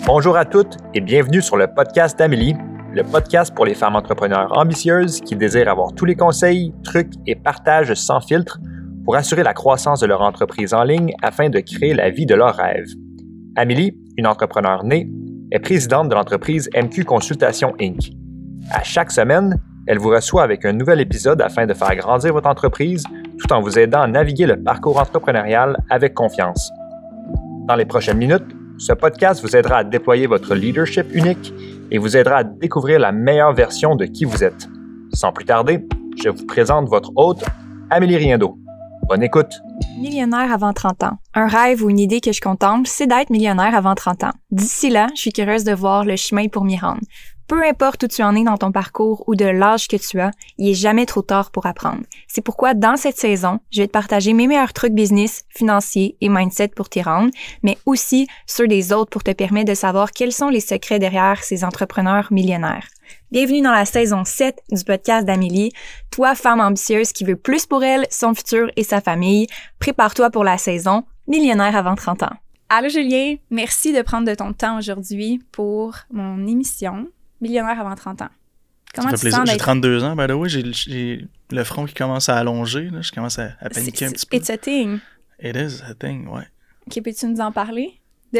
Bonjour à toutes et bienvenue sur le podcast d'Amélie, le podcast pour les femmes entrepreneurs ambitieuses qui désirent avoir tous les conseils, trucs et partages sans filtre pour assurer la croissance de leur entreprise en ligne afin de créer la vie de leurs rêves. Amélie, une entrepreneure née, est présidente de l'entreprise MQ Consultation Inc. À chaque semaine, elle vous reçoit avec un nouvel épisode afin de faire grandir votre entreprise tout en vous aidant à naviguer le parcours entrepreneurial avec confiance. Dans les prochaines minutes, ce podcast vous aidera à déployer votre leadership unique et vous aidera à découvrir la meilleure version de qui vous êtes. Sans plus tarder, je vous présente votre hôte, Amélie Riendo. Bonne écoute! Millionnaire avant 30 ans. Un rêve ou une idée que je contemple, c'est d'être millionnaire avant 30 ans. D'ici là, je suis curieuse de voir le chemin pour m'y rendre. Peu importe où tu en es dans ton parcours ou de l'âge que tu as, il est jamais trop tard pour apprendre. C'est pourquoi, dans cette saison, je vais te partager mes meilleurs trucs business, financiers et mindset pour t'y rendre, mais aussi ceux des autres pour te permettre de savoir quels sont les secrets derrière ces entrepreneurs millionnaires. Bienvenue dans la saison 7 du podcast d'Amélie. Toi, femme ambitieuse qui veut plus pour elle, son futur et sa famille, prépare-toi pour la saison Millionnaire avant 30 ans. Allô Julien, merci de prendre de ton temps aujourd'hui pour mon émission Millionnaire avant 30 ans. Comment ça fait tu plaisir. sens J'ai 32 ans, by the way. J'ai le front qui commence à allonger. Là. Je commence à paniquer un petit peu. It's a thing. It is a thing, ouais. OK, peux-tu nous en parler?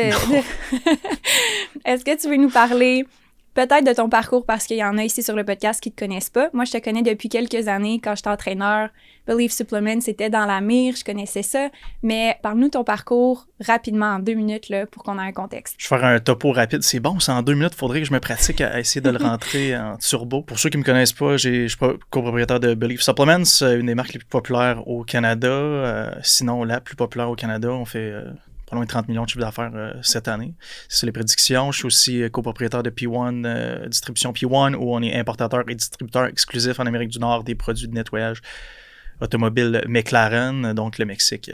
Est-ce que tu veux nous parler peut-être de ton parcours, parce qu'il y en a ici sur le podcast qui ne te connaissent pas. Moi, je te connais depuis quelques années quand j'étais entraîneur. Believe Supplement, c'était dans la mire, je connaissais ça. Mais parle-nous de ton parcours rapidement, en 2 minutes, là, pour qu'on ait un contexte. Je vais faire un topo rapide. C'est bon, c'est en 2 minutes. Il faudrait que je me pratique à essayer de le rentrer en turbo. Pour ceux qui ne me connaissent pas, je suis copropriétaire de Believe Supplements, une des marques les plus populaires au Canada. Sinon, la plus populaire au Canada. On fait pas loin de 30 millions de chiffre d'affaires cette année. C'est les prédictions. Je suis aussi copropriétaire de P1, distribution P1, où on est importateur et distributeur exclusif en Amérique du Nord des produits de nettoyage automobile McLaren, donc le Mexique,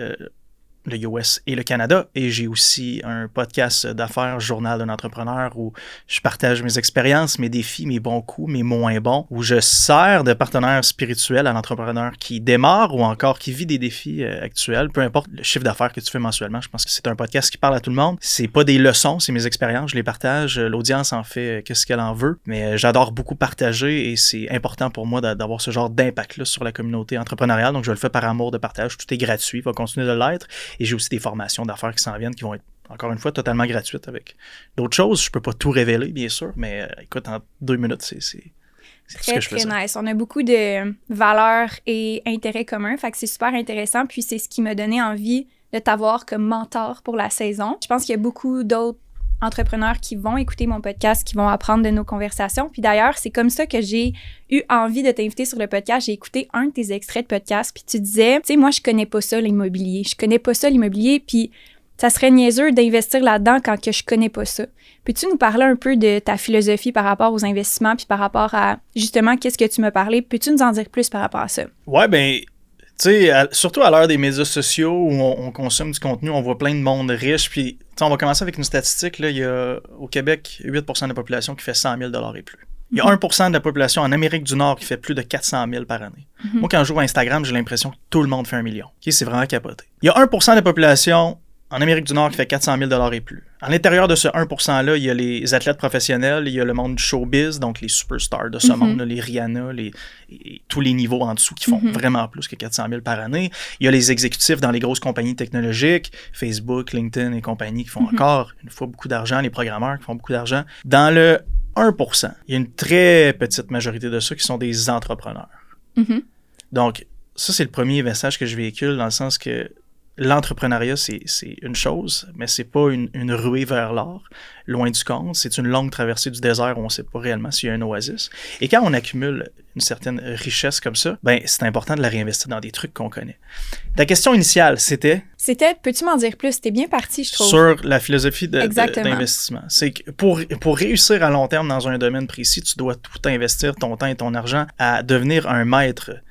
le US et le Canada. Et j'ai aussi un podcast d'affaires, Journal d'un entrepreneur, où je partage mes expériences, mes défis, mes bons coups, mes moins bons, où je sers de partenaire spirituel à l'entrepreneur qui démarre ou encore qui vit des défis actuels, peu importe le chiffre d'affaires que tu fais mensuellement. Je pense que c'est un podcast qui parle à tout le monde. C'est pas des leçons, c'est mes expériences, je les partage. L'audience en fait qu'est-ce qu'elle en veut, mais j'adore beaucoup partager et c'est important pour moi d'avoir ce genre d'impact-là sur la communauté entrepreneuriale. Donc je le fais par amour de partage, tout est gratuit, va continuer de l'être. Et j'ai aussi des formations d'affaires qui s'en viennent qui vont être, encore une fois, totalement gratuites avec d'autres choses. Je peux pas tout révéler, bien sûr, mais écoute, en 2 minutes, c'est tout ce que je fais. Très nice. On a beaucoup de valeurs et intérêts communs, fait que c'est super intéressant. Puis c'est ce qui m'a donné envie de t'avoir comme mentor pour la saison. Je pense qu'il y a beaucoup d'autres entrepreneurs qui vont écouter mon podcast, qui vont apprendre de nos conversations. Puis d'ailleurs, c'est comme ça que j'ai eu envie de t'inviter sur le podcast. J'ai écouté un de tes extraits de podcast, puis tu disais, tu sais, moi, je connais pas ça, l'immobilier. Je connais pas ça, l'immobilier, puis ça serait niaiseux d'investir là-dedans quand que je connais pas ça. Peux-tu nous parler un peu de ta philosophie par rapport aux investissements, puis par rapport à, justement, qu'est-ce que tu m'as parlé? Peux-tu nous en dire plus par rapport à ça? Ouais, ben... Tu sais, surtout à l'heure des médias sociaux où on consomme du contenu, on voit plein de monde riche. Puis, on va commencer avec une statistique. Là, il y a au Québec 8% de la population qui fait 100 000 $ et plus. Il y a 1% de la population en Amérique du Nord qui fait plus de 400 000 par année. Moi, quand je joue à Instagram, j'ai l'impression que tout le monde fait 1 million. Okay, c'est vraiment capoté. Il y a 1% de la population en Amérique du Nord qui fait 400 000 $ et plus. À l'intérieur de ce 1%-là, il y a les athlètes professionnels, il y a le monde du showbiz, donc les superstars de ce monde, là, les Rihanna, et tous les niveaux en dessous qui font vraiment plus que 400 000 par année. Il y a les exécutifs dans les grosses compagnies technologiques, Facebook, LinkedIn et compagnie qui font encore une fois beaucoup d'argent, les programmeurs qui font beaucoup d'argent. Dans le 1%, il y a une très petite majorité de ceux qui sont des entrepreneurs. Donc, ça, c'est le premier message que je véhicule dans le sens que l'entrepreneuriat, c'est une chose, mais c'est pas une ruée vers l'or, loin du compte. C'est une longue traversée du désert où on ne sait pas réellement s'il y a un oasis. Et quand on accumule une certaine richesse comme ça, ben c'est important de la réinvestir dans des trucs qu'on connaît. Ta question initiale, c'était, peux-tu m'en dire plus? T'es bien parti, je trouve. Sur la philosophie d'investissement. C'est que pour réussir à long terme dans un domaine précis, tu dois tout investir ton temps et ton argent à devenir un maître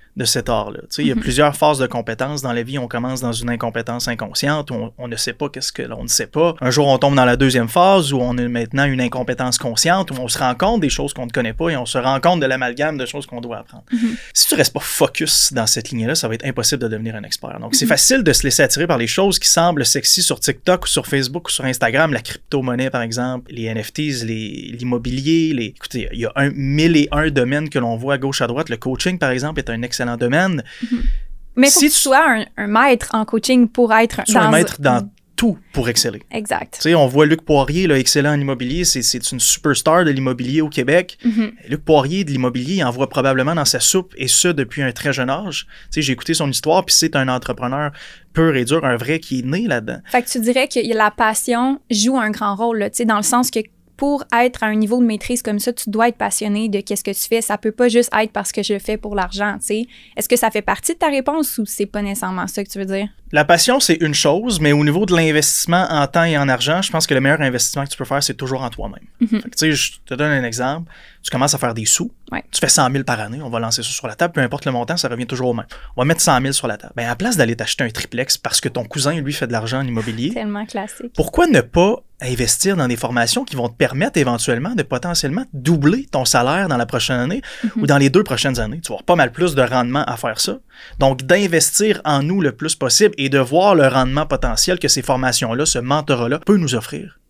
de cet art-là. Tu sais, il y a plusieurs phases de compétences dans la vie. On commence dans une incompétence inconsciente où on ne sait pas qu'est-ce que l'on ne sait pas. Un jour, on tombe dans la deuxième phase où on est maintenant une incompétence consciente, où on se rend compte des choses qu'on ne connaît pas et on se rend compte de l'amalgame de choses qu'on doit apprendre. Si tu restes pas focus dans cette ligne-là, ça va être impossible de devenir un expert. Donc, c'est facile de se laisser attirer par les choses qui semblent sexy sur TikTok ou sur Facebook ou sur Instagram, la crypto-monnaie, par exemple, les NFTs, l'immobilier. Écoutez, il y a 1001 domaines que l'on voit à gauche, à droite. Le coaching, par exemple, est un excellent domaine. Mais il faut que tu sois un maître en coaching pour être... Tu es un maître dans tout pour exceller. Exact. Tu sais, on voit Luc Poirier, là, excellent en immobilier, c'est une superstar de l'immobilier au Québec. Luc Poirier, de l'immobilier, il en voit probablement dans sa soupe, et ce, depuis un très jeune âge. Tu sais, j'ai écouté son histoire, puis c'est un entrepreneur pur et dur, un vrai qui est né là-dedans. Fait que tu dirais que la passion joue un grand rôle, là, tu sais, dans le sens que pour être à un niveau de maîtrise comme ça, tu dois être passionné de qu'est-ce que tu fais. Ça peut pas juste être parce que je le fais pour l'argent, tu sais. Est-ce que ça fait partie de ta réponse ou c'est pas nécessairement ça que tu veux dire? La passion, c'est une chose, mais au niveau de l'investissement en temps et en argent, je pense que le meilleur investissement que tu peux faire, c'est toujours en toi-même. Fait que, tu sais, je te donne un exemple. Tu commences à faire des sous. Ouais. Tu fais 100 000 par année. On va lancer ça sur la table. Peu importe le montant, ça revient toujours au même. On va mettre 100 000 sur la table. Ben, à la place d'aller t'acheter un triplex parce que ton cousin, lui, fait de l'argent en immobilier. Tellement classique. Pourquoi ne pas investir dans des formations qui vont te permettre éventuellement de potentiellement doubler ton salaire dans la prochaine année ou dans les 2 prochaines années? Tu vas avoir pas mal plus de rendement à faire ça. Donc, d'investir en nous le plus possible et de voir le rendement potentiel que ces formations-là, ce mentorat-là, peut nous offrir.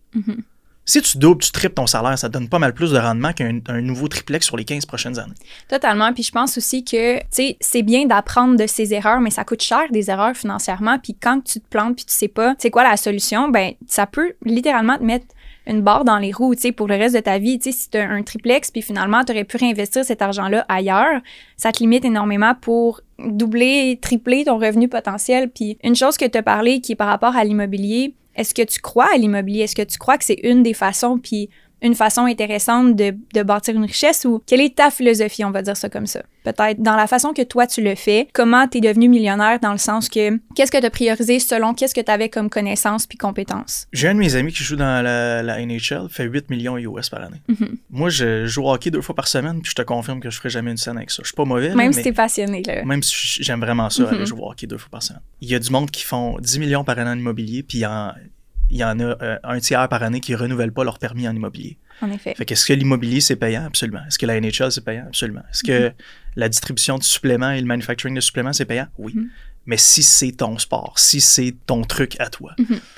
Si tu doubles, tu triples ton salaire, ça te donne pas mal plus de rendement qu'un nouveau triplex sur les 15 prochaines années. Totalement. Puis je pense aussi que, tu sais, c'est bien d'apprendre de ses erreurs, mais ça coûte cher des erreurs financièrement. Puis quand tu te plantes puis tu sais pas c'est quoi la solution, ben ça peut littéralement te mettre une barre dans les roues, tu sais, pour le reste de ta vie. Tu sais, si tu as un triplex puis finalement tu aurais pu réinvestir cet argent-là ailleurs, ça te limite énormément pour doubler, tripler ton revenu potentiel. Puis une chose que tu as parlé qui est par rapport à l'immobilier, est-ce que tu crois à l'immobilier? Est-ce que tu crois que c'est une des façons, puis une façon intéressante de bâtir une richesse? Ou quelle est ta philosophie, on va dire ça comme ça? Peut-être dans la façon que toi, tu le fais, comment tu es devenu millionnaire dans le sens que qu'est-ce que tu as priorisé selon qu'est-ce que tu avais comme connaissances puis compétences? J'ai un de mes amis qui joue dans la NHL, fait 8 millions US par année. Moi, je joue au hockey 2 fois par semaine, puis je te confirme que je ferai jamais une scène avec ça. Je suis pas mauvais. Même si t'es passionné, là. Même si j'aime vraiment ça, aller jouer au hockey 2 fois par semaine. Il y a du monde qui font 10 millions par année en immobilier, puis il y en a un tiers par année qui ne renouvellent pas leur permis en immobilier. En effet. Fait qu'est-ce que l'immobilier, c'est payant? Absolument. Est-ce que la NHL, c'est payant? Absolument. Est-ce que la distribution de suppléments et le manufacturing de suppléments, c'est payant? Oui. Mais si c'est ton sport, si c'est ton truc à toi.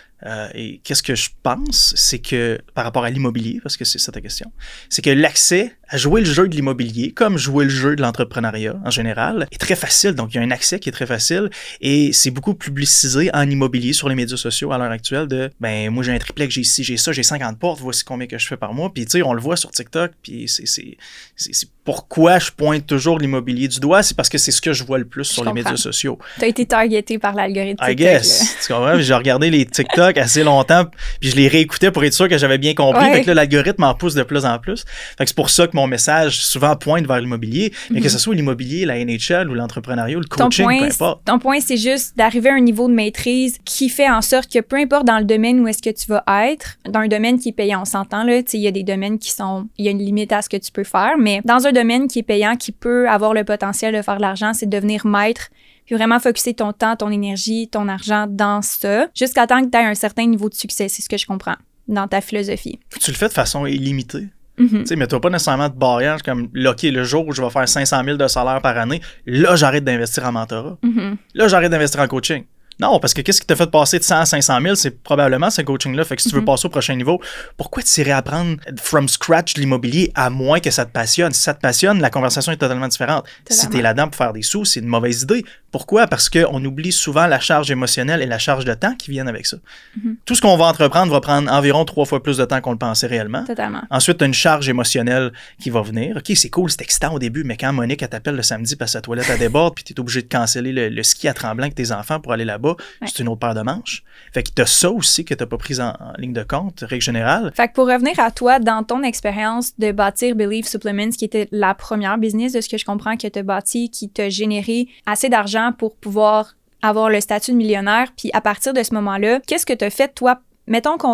Et qu'est-ce que je pense, c'est que, par rapport à l'immobilier, parce que c'est ça ta question, c'est que l'accès à jouer le jeu de l'immobilier, comme jouer le jeu de l'entrepreneuriat en général, est très facile. Donc, il y a un accès qui est très facile et c'est beaucoup publicisé en immobilier sur les médias sociaux à l'heure actuelle de, ben, moi, j'ai un triplex, j'ai ici, j'ai ça, j'ai 50 portes, voici combien que je fais par mois. Puis, tu sais, on le voit sur TikTok, puis c'est pourquoi je pointe toujours l'immobilier du doigt, c'est parce que c'est ce que je vois le plus sur les médias sociaux. Tu as été targeté par l'algorithme TikTok. I guess. Tu comprends? J'ai regardé les TikTok assez longtemps, puis je les réécoutais pour être sûr que j'avais bien compris. Fait que là, l'algorithme en pousse de plus en plus. Fait que c'est pour ça que mon message souvent pointe vers l'immobilier, mais que ce soit l'immobilier, la NHL ou l'entrepreneuriat ou le coaching, peu importe. Ton point, c'est juste d'arriver à un niveau de maîtrise qui fait en sorte que peu importe dans le domaine où est-ce que tu vas être, dans un domaine qui est payant, on s'entend, là, tu sais, il y a des domaines il y a une limite à ce que tu peux faire, mais dans un domaine qui est payant, qui peut avoir le potentiel de faire de l'argent, c'est de devenir maître puis vraiment focusser ton temps, ton énergie, ton argent dans ça, jusqu'à temps que tu aies un certain niveau de succès. C'est ce que je comprends dans ta philosophie. Tu le fais de façon illimitée. Tu sais, mais tu n'as pas nécessairement de barrière comme, OK, le jour où je vais faire 500 000 de salaire par année, là, j'arrête d'investir en mentorat. Là, j'arrête d'investir en coaching. Non, parce que qu'est-ce qui t'a fait passer de 100 à 500 000, c'est probablement ce coaching-là. Fait que si tu veux passer au prochain niveau, pourquoi tu irais apprendre from scratch de l'immobilier à moins que ça te passionne? Si ça te passionne, la conversation est totalement différente. Si tu es là-dedans pour faire des sous, c'est une mauvaise idée. Pourquoi? Parce qu'on oublie souvent la charge émotionnelle et la charge de temps qui viennent avec ça. Tout ce qu'on va entreprendre va prendre environ 3 fois plus de temps qu'on le pensait réellement. Totalement. Ensuite, tu as une charge émotionnelle qui va venir. OK, c'est cool, c'est excitant au début, mais quand Monique, elle t'appelle le samedi parce que sa toilette, elle déborde puis tu es obligé de canceller le ski à Tremblant avec tes enfants pour aller là-bas, c'est une autre paire de manches. Fait que tu as ça aussi que tu n'as pas pris en ligne de compte, règle générale. Fait que pour revenir à toi, dans ton expérience de bâtir Believe Supplements, qui était la première business, de ce que je comprends, que tu as bâti, qui t'a généré assez d'argent pour pouvoir avoir le statut de millionnaire, puis à partir de ce moment-là, qu'est-ce que tu as fait, toi? Mettons qu'on va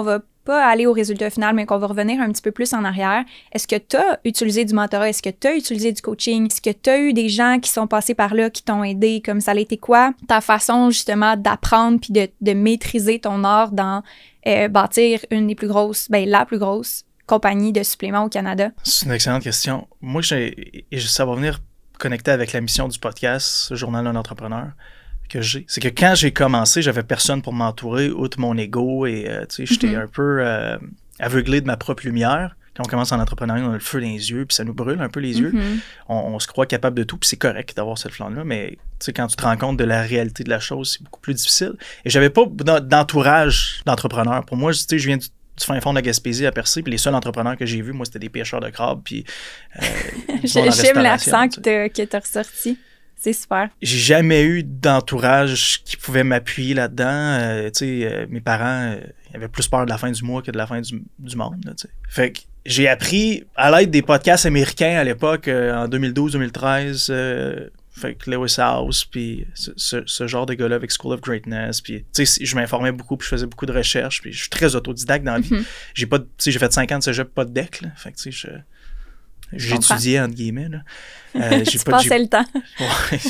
pas aller au résultat final, mais qu'on va revenir un petit peu plus en arrière. Est-ce que tu as utilisé du mentorat? Est-ce que tu as utilisé du coaching? Est-ce que tu as eu des gens qui sont passés par là, qui t'ont aidé? Comme ça a été quoi ta façon justement d'apprendre puis de maîtriser ton art dans bâtir une des plus grosses, la plus grosse compagnie de suppléments au Canada? C'est une excellente question. Moi, ça va venir connecter avec la mission du podcast, Journal d'un entrepreneur, que j'ai. C'est que quand j'ai commencé, j'avais personne pour m'entourer, outre mon ego, et j'étais un peu aveuglé de ma propre lumière. Quand on commence en entrepreneuriat, on a le feu dans les yeux, puis ça nous brûle un peu les yeux. On se croit capable de tout, puis c'est correct d'avoir cette flamme-là, mais quand tu te rends compte de la réalité de la chose, c'est beaucoup plus difficile. Et j'avais pas d'entourage d'entrepreneurs. Pour moi, je viens du fin fond de la Gaspésie à Percé, puis les seuls entrepreneurs que j'ai vus, moi, c'était des pêcheurs de crabes, puis j'aime l'accent que t'as ressorti. C'est super. J'ai jamais eu d'entourage qui pouvait m'appuyer là-dedans. Mes parents avaient plus peur de la fin du mois que de la fin du monde. Là, fait que j'ai appris à l'aide des podcasts américains à l'époque, en 2012-2013, fait que Lewis House, puis ce genre de gars-là avec School of Greatness, puis je m'informais beaucoup, puis je faisais beaucoup de recherches, puis je suis très autodidacte dans la vie. J'ai fait 5 ans de cégep, pas de deck, là. Fait que j'étudiais, entre guillemets, là. Tu passais le temps. Ouais.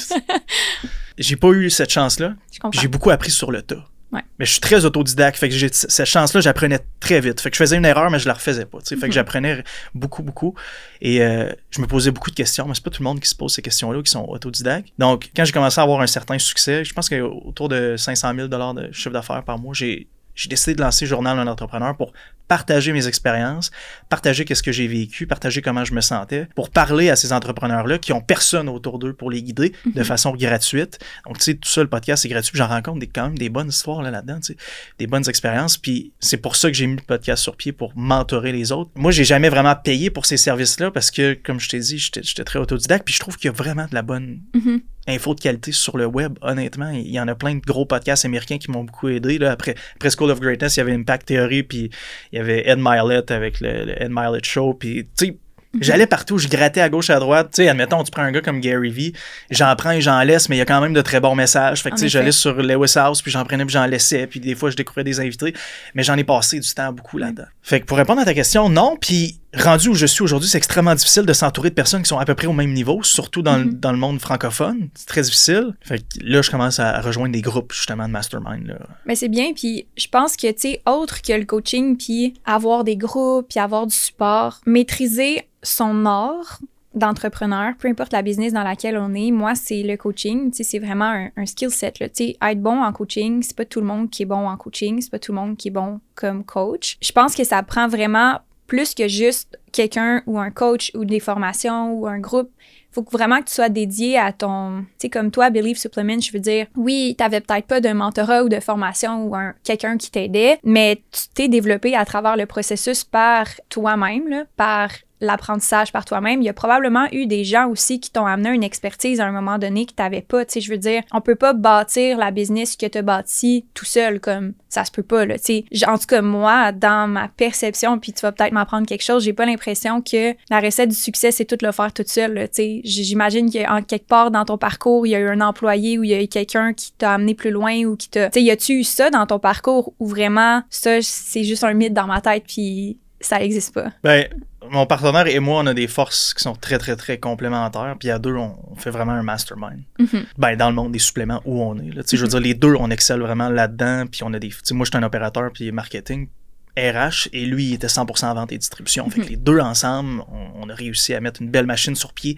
J'ai pas eu cette chance-là. J'ai beaucoup appris sur le tas. Ouais. Mais je suis très autodidacte. Fait que cette chance-là, j'apprenais très vite. Fait que je faisais une erreur, mais je la refaisais pas. Fait que j'apprenais beaucoup. Et je me posais beaucoup de questions, mais c'est pas tout le monde qui se pose ces questions-là, qui sont autodidactes. Donc, quand j'ai commencé à avoir un certain succès, je pense qu'autour de 500 000 $ de chiffre d'affaires par mois, j'ai décidé de lancer Journal d'un entrepreneur pour partager mes expériences, partager qu'est-ce que j'ai vécu, partager comment je me sentais, pour parler à ces entrepreneurs-là qui ont personne autour d'eux pour les guider de façon gratuite. Donc, tout ça, le podcast, c'est gratuit. J'en rencontre quand même des bonnes histoires là-dedans, des bonnes expériences. Puis c'est pour ça que j'ai mis le podcast sur pied, pour mentorer les autres. Moi, j'ai jamais vraiment payé pour ces services-là parce que, comme je t'ai dit, j'étais très autodidacte. Puis je trouve qu'il y a vraiment de la bonne info de qualité sur le web, honnêtement. Il y en a plein de gros podcasts américains qui m'ont beaucoup aidé. Là. Après School of Greatness, il y avait Impact Theory, puis il y avait Ed Mylett avec le Ed Mylett Show, puis tu sais, j'allais partout, je grattais à gauche, à droite. Tu sais, admettons, tu prends un gars comme Gary Vee, j'en prends et j'en laisse, mais il y a quand même de très bons messages. Fait que tu sais, j'allais sur Lewis House, puis j'en prenais puis j'en laissais, puis des fois, je découvrais des invités, mais j'en ai passé du temps beaucoup là-dedans. Fait que pour répondre à ta question, non, puis rendu où je suis aujourd'hui, c'est extrêmement difficile de s'entourer de personnes qui sont à peu près au même niveau, surtout dans le monde francophone. C'est très difficile. Fait que là, je commence à rejoindre des groupes, justement, de mastermind. Là. Mais c'est bien, puis je pense que, tu sais, autre que le coaching, puis avoir des groupes, puis avoir du support, maîtriser son art d'entrepreneur, peu importe la business dans laquelle on est, moi, c'est le coaching, tu sais, c'est vraiment un skill set, là, tu sais, être bon en coaching, c'est pas tout le monde qui est bon en coaching, c'est pas tout le monde qui est bon comme coach. Je pense que ça prend vraiment plus que juste quelqu'un ou un coach ou des formations ou un groupe. Faut vraiment que tu sois dédié à ton... Tu sais, comme toi, Believe Supplement, je veux dire, oui, t'avais peut-être pas de mentorat ou de formation ou quelqu'un qui t'aidait, mais tu t'es développé à travers le processus par toi-même, là, par l'apprentissage par toi-même. Il y a probablement eu des gens aussi qui t'ont amené une expertise à un moment donné que t'avais pas. Tu sais, je veux dire, on peut pas bâtir la business que t'as bâti tout seul, comme ça se peut pas, là. Tu sais, en tout cas, moi, dans ma perception, puis tu vas peut-être m'apprendre quelque chose, j'ai pas l'impression que la recette du succès, c'est tout le faire toute seule, là. Tu sais, j'imagine qu'en quelque part dans ton parcours, il y a eu un employé ou il y a eu quelqu'un qui t'a amené plus loin ou qui t'a... Tu sais, y a-tu eu ça dans ton parcours ou vraiment, ça, c'est juste un mythe dans ma tête, puis ça existe pas? Ben, mon partenaire et moi, on a des forces qui sont très, très, très complémentaires. Puis à deux, on fait vraiment un mastermind. Ben, dans le monde des suppléments où on est. Là. Je veux dire, les deux, on excelle vraiment là-dedans. Puis on a des... moi, je suis un opérateur puis marketing, RH, et lui, il était 100% vente et distribution. Fait que les deux ensemble, on a réussi à mettre une belle machine sur pied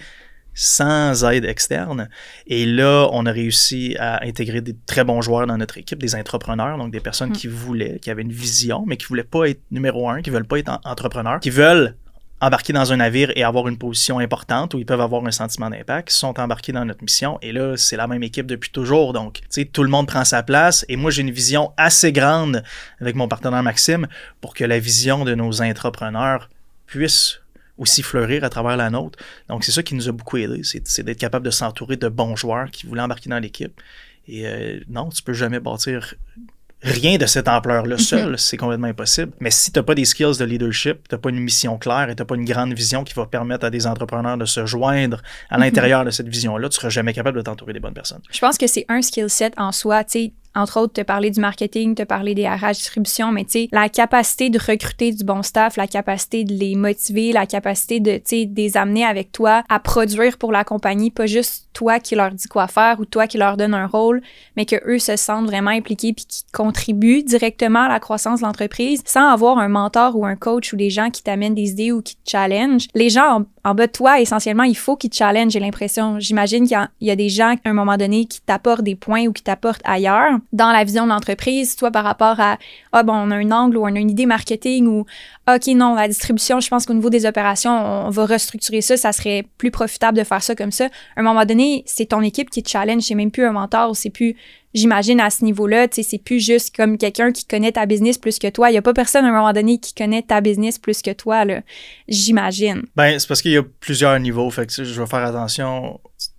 sans aide externe. Et là, on a réussi à intégrer des très bons joueurs dans notre équipe, des entrepreneurs, donc des personnes qui avaient une vision, mais qui voulaient pas être numéro 1, qui veulent pas être entrepreneurs, qui veulent embarquer dans un navire et avoir une position importante où ils peuvent avoir un sentiment d'impact, qui sont embarqués dans notre mission. Et là, c'est la même équipe depuis toujours. Donc, tu sais, tout le monde prend sa place. Et moi, j'ai une vision assez grande avec mon partenaire Maxime pour que la vision de nos entrepreneurs puisse aussi fleurir à travers la nôtre. Donc, c'est ça qui nous a beaucoup aidé. C'est d'être capable de s'entourer de bons joueurs qui voulaient embarquer dans l'équipe. Et non, tu peux jamais bâtir rien de cette ampleur-là seul, c'est complètement impossible. Mais si tu n'as pas des skills de leadership, tu n'as pas une mission claire et tu n'as pas une grande vision qui va permettre à des entrepreneurs de se joindre à l'intérieur de cette vision-là, tu ne seras jamais capable de t'entourer des bonnes personnes. Je pense que c'est un skill set en soi. Tu sais, entre autres, te parler du marketing, te parler des RH distribution, mais tu sais, la capacité de recruter du bon staff, la capacité de les motiver, la capacité de, tu sais, de les amener avec toi à produire pour la compagnie, pas juste toi qui leur dis quoi faire ou toi qui leur donne un rôle, mais que eux se sentent vraiment impliqués puis qui contribuent directement à la croissance de l'entreprise sans avoir un mentor ou un coach ou des gens qui t'amènent des idées ou qui te challengent. Les gens en bas de toi, essentiellement, il faut qu'ils te challengent, j'ai l'impression. J'imagine qu'il y a des gens, à un moment donné, qui t'apportent des points ou qui t'apportent ailleurs dans la vision de l'entreprise, toi, par rapport à « Ah, bon, on a un angle ou on a une idée marketing » ou « OK, non, la distribution, je pense qu'au niveau des opérations, on va restructurer ça, ça serait plus profitable de faire ça comme ça. » À un moment donné, c'est ton équipe qui te challenge, c'est même plus un mentor, c'est plus... J'imagine à ce niveau-là, tu sais, c'est plus juste comme quelqu'un qui connaît ta business plus que toi. Il y a pas personne à un moment donné qui connaît ta business plus que toi, là. J'imagine. Ben, c'est parce qu'il y a plusieurs niveaux, fait que je vais faire attention.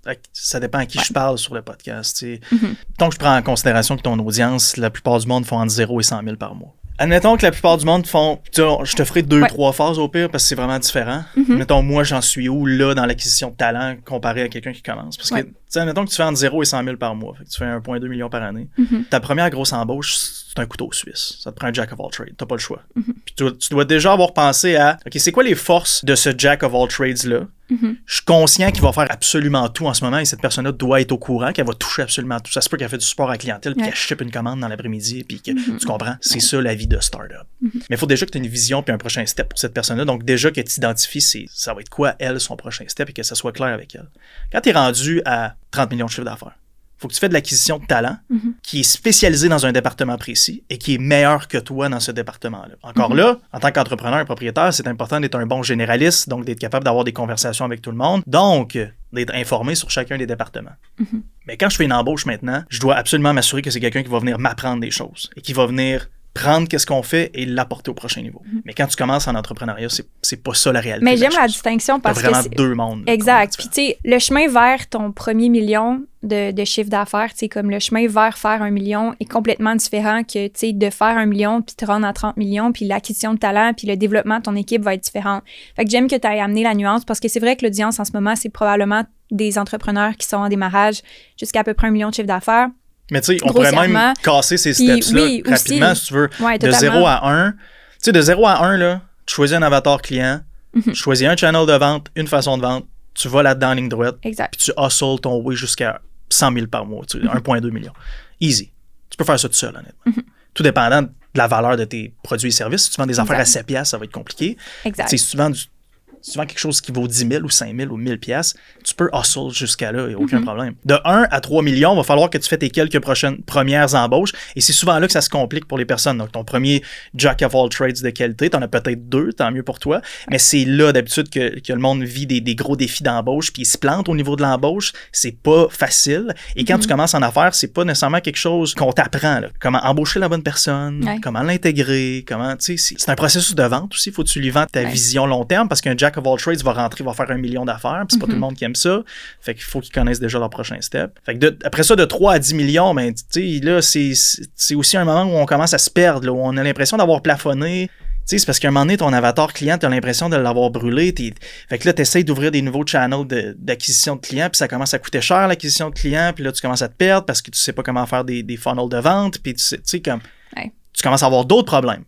Ça dépend à qui je parle sur le podcast, tu sais. Donc, je prends en considération que ton audience, la plupart du monde font entre 0 et 100 000 par mois. Admettons que la plupart du monde font... Je te ferai 2-3 phases au pire parce que c'est vraiment différent. Admettons, moi, j'en suis où là dans l'acquisition de talent comparé à quelqu'un qui commence? Parce que, tu sais, admettons que tu fais entre 0 et 100 000 par mois. Fait que tu fais 1,2 million par année. Ta première grosse embauche, c'est un couteau suisse. Ça te prend un jack of all trades. T'as pas le choix. Puis tu dois déjà avoir pensé à, OK, c'est quoi les forces de ce jack of all trades-là? Je suis conscient qu'il va faire absolument tout en ce moment et cette personne-là doit être au courant qu'elle va toucher absolument tout. Ça se peut qu'elle fait du support à la clientèle puis qu'elle ship une commande dans l'après-midi puis que tu comprends, c'est ça la vie de start-up. Mais il faut déjà que tu aies une vision puis un prochain step pour cette personne-là. Donc déjà que tu identifies ça va être quoi, elle, son prochain step et que ça soit clair avec elle. Quand tu es rendu à 30 millions de chiffre d'affaires, faut que tu fasses de l'acquisition de talent qui est spécialisé dans un département précis et qui est meilleur que toi dans ce département-là. Encore là, en tant qu'entrepreneur et propriétaire, c'est important d'être un bon généraliste, donc d'être capable d'avoir des conversations avec tout le monde, donc d'être informé sur chacun des départements. Mais quand je fais une embauche maintenant, je dois absolument m'assurer que c'est quelqu'un qui va venir m'apprendre des choses et qui va venir prendre qu'est-ce qu'on fait et l'apporter au prochain niveau. Mais quand tu commences en entrepreneuriat, c'est pas ça la réalité. Mais j'aime la distinction parce que vraiment deux mondes. Exact. Puis tu sais, le chemin vers ton premier million de chiffre d'affaires, tu sais, comme le chemin vers faire 1 million est complètement différent que, tu sais, de faire 1 million puis te rendre à 30 millions puis l'acquisition de talent puis le développement de ton équipe va être différent. Fait que j'aime que tu aies amené la nuance parce que c'est vrai que l'audience en ce moment, c'est probablement des entrepreneurs qui sont en démarrage jusqu'à à peu près 1 million de chiffre d'affaires. Mais tu sais, on pourrait même casser ces steps-là rapidement, si tu veux. Ouais, de 0 à 1. Tu sais, de 0 à 1, là, tu choisis un avatar client, tu choisis un channel de vente, une façon de vente, tu vas là-dedans en ligne droite, puis tu hustles ton way jusqu'à 100 000 par mois, tu sais, 1,2 million. Easy. Tu peux faire ça tout seul, honnêtement. Tout dépendant de la valeur de tes produits et services. Si tu vends des affaires à 7 piastres, ça va être compliqué. Si tu vends quelque chose qui vaut 10 000 ou 5 000 ou 1 000 piastres, tu peux hustle jusqu'à là, il n'y a aucun problème. De 1 à 3 millions, il va falloir que tu fais tes quelques premières embauches et c'est souvent là que ça se complique pour les personnes. Donc, ton premier jack of all trades de qualité, tu en as peut-être 2, tant mieux pour toi, mais c'est là d'habitude que le monde vit des gros défis d'embauche puis il se plante au niveau de l'embauche, c'est pas facile et quand tu commences en affaires, c'est pas nécessairement quelque chose qu'on t'apprend. Là. Comment embaucher la bonne personne, comment l'intégrer, comment, tu sais, c'est un processus de vente aussi, il faut que tu lui vendes ta vision long terme parce qu'un jack of all trades va rentrer, va faire 1 million d'affaires, puis c'est pas tout le monde qui aime ça. Fait qu'il faut qu'ils connaissent déjà leur prochain step. Fait que après ça, de 3 à 10 millions, ben, tu sais, là, c'est aussi un moment où on commence à se perdre, là, où on a l'impression d'avoir plafonné. Tu sais, c'est parce qu'à un moment donné, ton avatar client, t'as l'impression de l'avoir brûlé. Fait que là, t'essayes d'ouvrir des nouveaux channels d'acquisition de clients, puis ça commence à coûter cher, l'acquisition de clients, puis là, tu commences à te perdre parce que tu sais pas comment faire des funnels de vente, puis tu sais, comme, tu commences à avoir d'autres problèmes.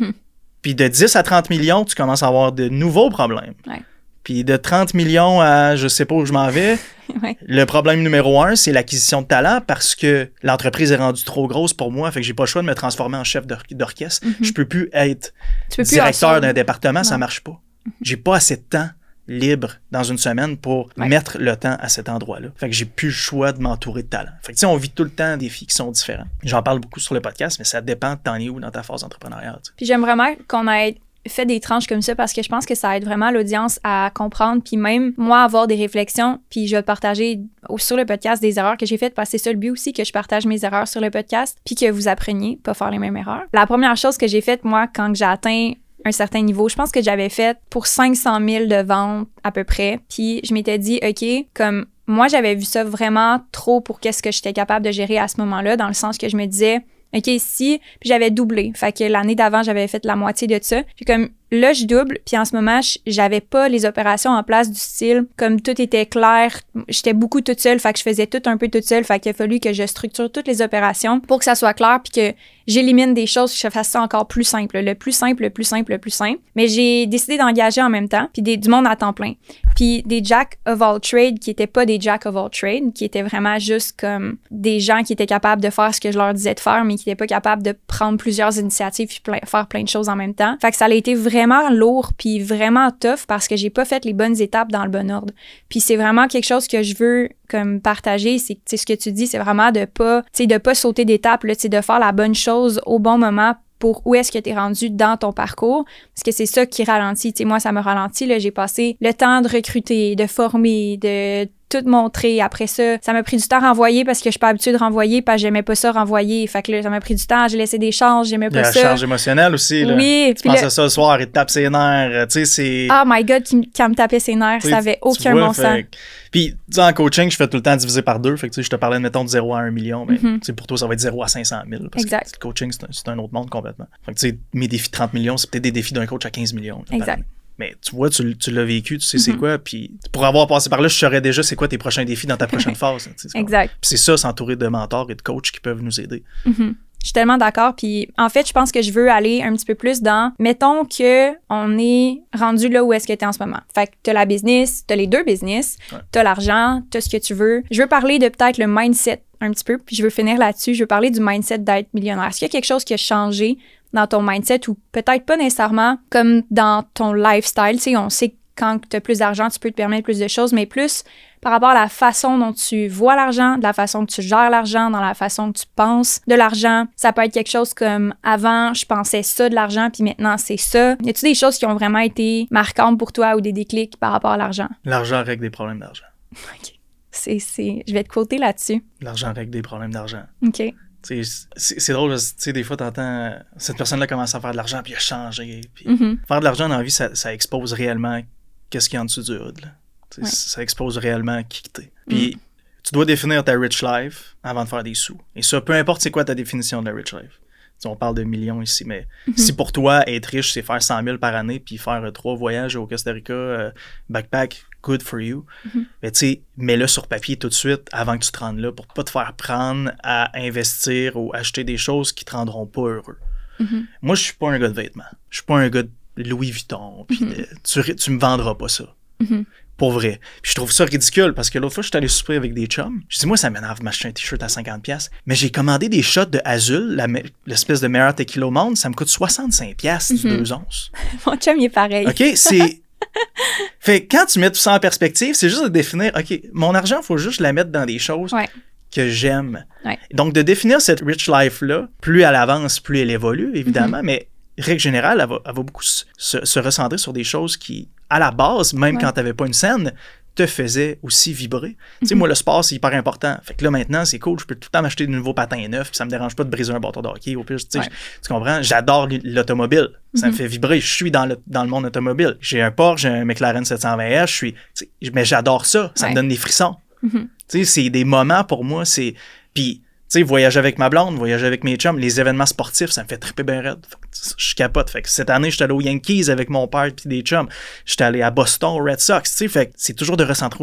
Puis de 10 à 30 millions, tu commences à avoir de nouveaux problèmes. Puis de 30 millions à je sais pas où je m'en vais, le problème numéro 1, c'est l'acquisition de talent parce que l'entreprise est rendue trop grosse pour moi, fait que j'ai pas le choix de me transformer en chef d'orchestre. Je peux plus être directeur d'un département, ça marche pas. J'ai pas assez de temps libre dans une semaine pour mettre le temps à cet endroit-là. Fait que j'ai plus le choix de m'entourer de talent. Fait que tu sais, on vit tout le temps des défis qui sont différents. J'en parle beaucoup sur le podcast, mais ça dépend de t'en es où dans ta phase entrepreneuriale. T'sais. Puis j'aime vraiment qu'on ait fait des tranches comme ça parce que je pense que ça aide vraiment l'audience à comprendre puis même moi à avoir des réflexions puis je vais partager sur le podcast des erreurs que j'ai faites parce que c'est ça le but aussi que je partage mes erreurs sur le podcast puis que vous appreniez pas faire les mêmes erreurs. La première chose que j'ai faite moi quand j'ai atteint un certain niveau, je pense que j'avais fait pour 500 000 de ventes à peu près puis je m'étais dit OK, comme moi j'avais vu ça vraiment trop pour qu'est-ce que j'étais capable de gérer à ce moment-là dans le sens que je me disais OK, puis j'avais doublé. Fait que l'année d'avant, j'avais fait la moitié de ça. Puis comme là, je double, puis en ce moment, j'avais pas les opérations en place du style, comme tout était clair, j'étais beaucoup toute seule, fait que je faisais tout un peu toute seule, fait qu'il a fallu que je structure toutes les opérations pour que ça soit clair, puis que j'élimine des choses, que je fasse ça encore plus simple, le plus simple. Mais j'ai décidé d'engager en même temps, puis du monde à temps plein. Puis des Jack of all trades qui étaient pas des Jack of all trades, qui étaient vraiment juste comme des gens qui étaient capables de faire ce que je leur disais de faire, mais qui étaient pas capables de prendre plusieurs initiatives puis faire plein de choses en même temps. Fait que ça a été vraiment lourd puis vraiment tough parce que j'ai pas fait les bonnes étapes dans le bon ordre. Puis c'est vraiment quelque chose que je veux comme partager, c'est ce que tu dis, c'est vraiment de pas sauter d'étapes, là, de faire la bonne chose au bon moment pour où est-ce que tu es rendu dans ton parcours, parce que c'est ça qui ralentit. Tu sais, moi, ça me ralentit, là, j'ai passé le temps de recruter, de former, de tout montrer. Après ça m'a pris du temps à renvoyer parce que je suis pas habituée de renvoyer parce que j'aimais pas ça renvoyer. Fait que là, ça m'a pris du temps, j'ai laissé des charges, j'aimais pas ça. Il y a la charge émotionnelle aussi, là. Oui. Tu penses à ça le soir, il te tape ses nerfs, tu sais, c'est... Oh my God, quand me tapait ses nerfs, ça avait aucun bon sens. Puis, tu sais, en coaching, je fais tout le temps diviser par 2. Fait que, tu sais, je te parlais, mettons, de 0 à 1 million. Mais, tu sais, pour toi, ça va être 0 à 500 000. Parce que le coaching, c'est un autre monde complètement. Fait que, tu sais, mes défis de 30 millions, c'est peut-être des défis d'un coach à 15 millions. Là, exact. Mais tu vois, tu l'as vécu, tu sais c'est quoi. Puis, pour avoir passé par là, je saurais déjà c'est quoi tes prochains défis dans ta prochaine phase. Exact. Puis, c'est ça, s'entourer de mentors et de coachs qui peuvent nous aider. Je suis tellement d'accord. Puis en fait, je pense que je veux aller un petit peu plus dans, mettons que on est rendu là où est-ce que t'es en ce moment. Fait que t'as la business, t'as les deux business, t'as l'argent, t'as ce que tu veux. Je veux parler de peut-être le mindset un petit peu, puis je veux finir là-dessus. Je veux parler du mindset d'être millionnaire. Est-ce qu'il y a quelque chose qui a changé dans ton mindset ou peut-être pas nécessairement comme dans ton lifestyle? Tu sais, on sait que quand t'as plus d'argent, tu peux te permettre plus de choses, mais plus par rapport à la façon dont tu vois l'argent, de la façon que tu gères l'argent, dans la façon que tu penses de l'argent. Ça peut être quelque chose comme avant, je pensais ça de l'argent, puis maintenant c'est ça. Y a-tu des choses qui ont vraiment été marquantes pour toi ou des déclics par rapport à l'argent? L'argent règle des problèmes d'argent. OK. Je vais te quoter là-dessus. L'argent règle des problèmes d'argent. OK. C'est drôle, tu sais, des fois, t'entends cette personne-là commence à faire de l'argent, puis il a changé. Puis faire de l'argent dans la vie, ça expose réellement qu'est-ce qu'il y a en dessous du hood, là. Ouais. Ça expose réellement qui t'es. Puis tu dois définir ta rich life avant de faire des sous. Et ça, peu importe c'est quoi ta définition de la rich life. T'sais, on parle de millions ici, mais si pour toi, être riche, c'est faire 100 000 par année puis faire 3 voyages au Costa Rica, backpack, good for you. Mais tu sais, mets-le sur papier tout de suite avant que tu te rendes là pour pas te faire prendre à investir ou acheter des choses qui te rendront pas heureux. Moi, je suis pas un gars de vêtements. Je suis pas un gars de Louis Vuitton. Puis tu me vendras pas ça. Pour vrai. Puis je trouve ça ridicule parce que l'autre fois, je suis allé souper avec des chums. Je dis, moi, ça m'énerve de m'acheter un t-shirt à 50$. Mais j'ai commandé des shots de Azul, l'espèce de meilleur tequila au monde. Ça me coûte 65$ du 2 onces. Mon chum, il est pareil. OK, c'est... Fait que quand tu mets tout ça en perspective, c'est juste de définir, OK, mon argent, il faut juste la mettre dans des choses que j'aime. Donc, de définir cette rich life-là, plus elle avance, plus elle évolue, évidemment, mais règle générale, elle va beaucoup se recentrer sur des choses qui, à la base, même quand tu n'avais pas une scène, te faisaient aussi vibrer. Tu sais, moi, le sport, c'est hyper important. Fait que là, maintenant, c'est cool, je peux tout le temps m'acheter de nouveaux patins neufs, puis ça me dérange pas de briser un bâton de hockey. Au pire, tu comprends? J'adore l'automobile. Ça me fait vibrer. Je suis dans le monde automobile. J'ai un Porsche, j'ai un McLaren 720S, mais j'adore ça. Ça me donne des frissons. Tu sais, c'est des moments pour moi, c'est... Puis, tu sais, voyager avec ma blonde, voyager avec mes chums, les événements sportifs, ça me fait triper bien raide. Je capote. Fait que cette année, j'étais allé aux Yankees avec mon père et des chums. J'étais allé à Boston, aux Red Sox. Tu sais, fait que c'est toujours de recentrer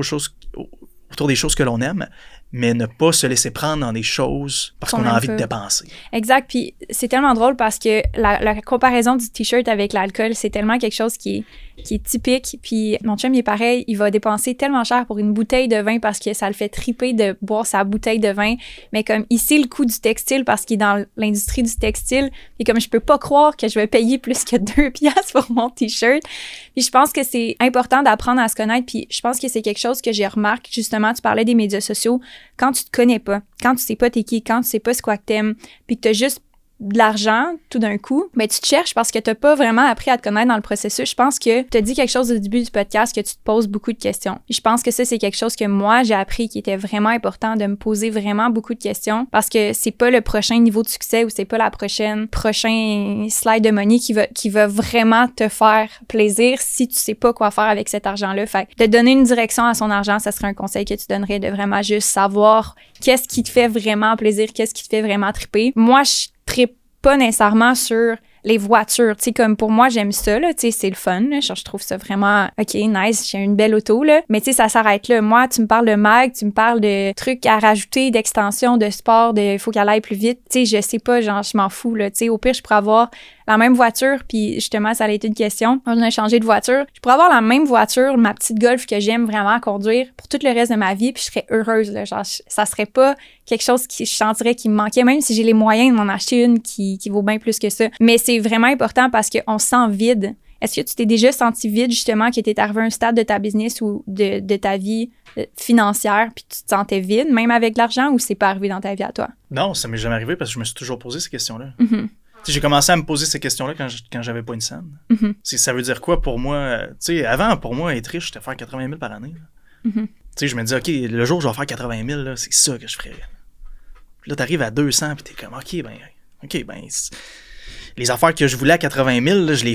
autour des choses que l'on aime, mais ne pas se laisser prendre dans des choses parce qu'on a envie de dépenser. Exact. Puis c'est tellement drôle parce que la comparaison du t-shirt avec l'alcool, c'est tellement quelque chose qui est typique. Puis mon chum, il est pareil, il va dépenser tellement cher pour une bouteille de vin parce que ça le fait triper de boire sa bouteille de vin. Mais comme ici, le coût du textile, parce qu'il est dans l'industrie du textile, et comme je peux pas croire que je vais payer plus que 2$ pour mon t-shirt. Puis je pense que c'est important d'apprendre à se connaître. Puis je pense que c'est quelque chose que j'ai remarqué, justement, tu parlais des médias sociaux. Quand tu te connais pas, quand tu sais pas t'es qui, quand tu sais pas ce quoi que t'aimes, puis que t'as juste de l'argent tout d'un coup, mais tu te cherches parce que t'as pas vraiment appris à te connaître dans le processus. Je pense que t'as dit quelque chose au début du podcast que tu te poses beaucoup de questions. Et je pense que ça, c'est quelque chose que moi, j'ai appris qui était vraiment important de me poser vraiment beaucoup de questions parce que c'est pas le prochain niveau de succès ou c'est pas prochain slide de money qui va vraiment te faire plaisir si tu sais pas quoi faire avec cet argent-là. Fait que de donner une direction à son argent, ça serait un conseil que tu donnerais de vraiment juste savoir qu'est-ce qui te fait vraiment plaisir, qu'est-ce qui te fait vraiment triper. Moi, je trippe pas nécessairement sur les voitures, tu sais, comme pour moi, j'aime ça, là, tu sais, c'est le fun, là, je trouve ça vraiment, OK, nice, j'ai une belle auto, là, mais tu sais, ça s'arrête là. Moi, tu me parles de mag, tu me parles de trucs à rajouter, d'extension, de sport, il faut qu'elle aille plus vite, tu sais, je sais pas, genre, je m'en fous, là, tu sais, au pire, je pourrais avoir la même voiture, puis justement, ça a été une question, on a changé de voiture, je pourrais avoir la même voiture, ma petite Golf que j'aime vraiment conduire pour tout le reste de ma vie, puis je serais heureuse, là, genre, ça serait pas quelque chose qui je sentirais qui me manquait, même si j'ai les moyens de m'en acheter une qui vaut bien plus que ça. Mais c'est vraiment important parce qu'on se sent vide. Est-ce que tu t'es déjà senti vide, justement, que tu es arrivé à un stade de ta business ou de ta vie financière, puis tu te sentais vide, même avec l'argent, ou c'est pas arrivé dans ta vie à toi? Non, ça m'est jamais arrivé parce que je me suis toujours posé ces questions-là. Mm-hmm. J'ai commencé à me poser ces questions-là quand j'avais pas une scène. Mm-hmm. Ça veut dire quoi pour moi? Avant, pour moi, être riche, c'était faire 80 000 par année. Mm-hmm. Je me dis, OK, le jour où je vais faire 80 000, là, c'est ça que je ferais. Puis là, t'arrives à 200, puis t'es comme, OK, les affaires que je voulais à 80 000, là, je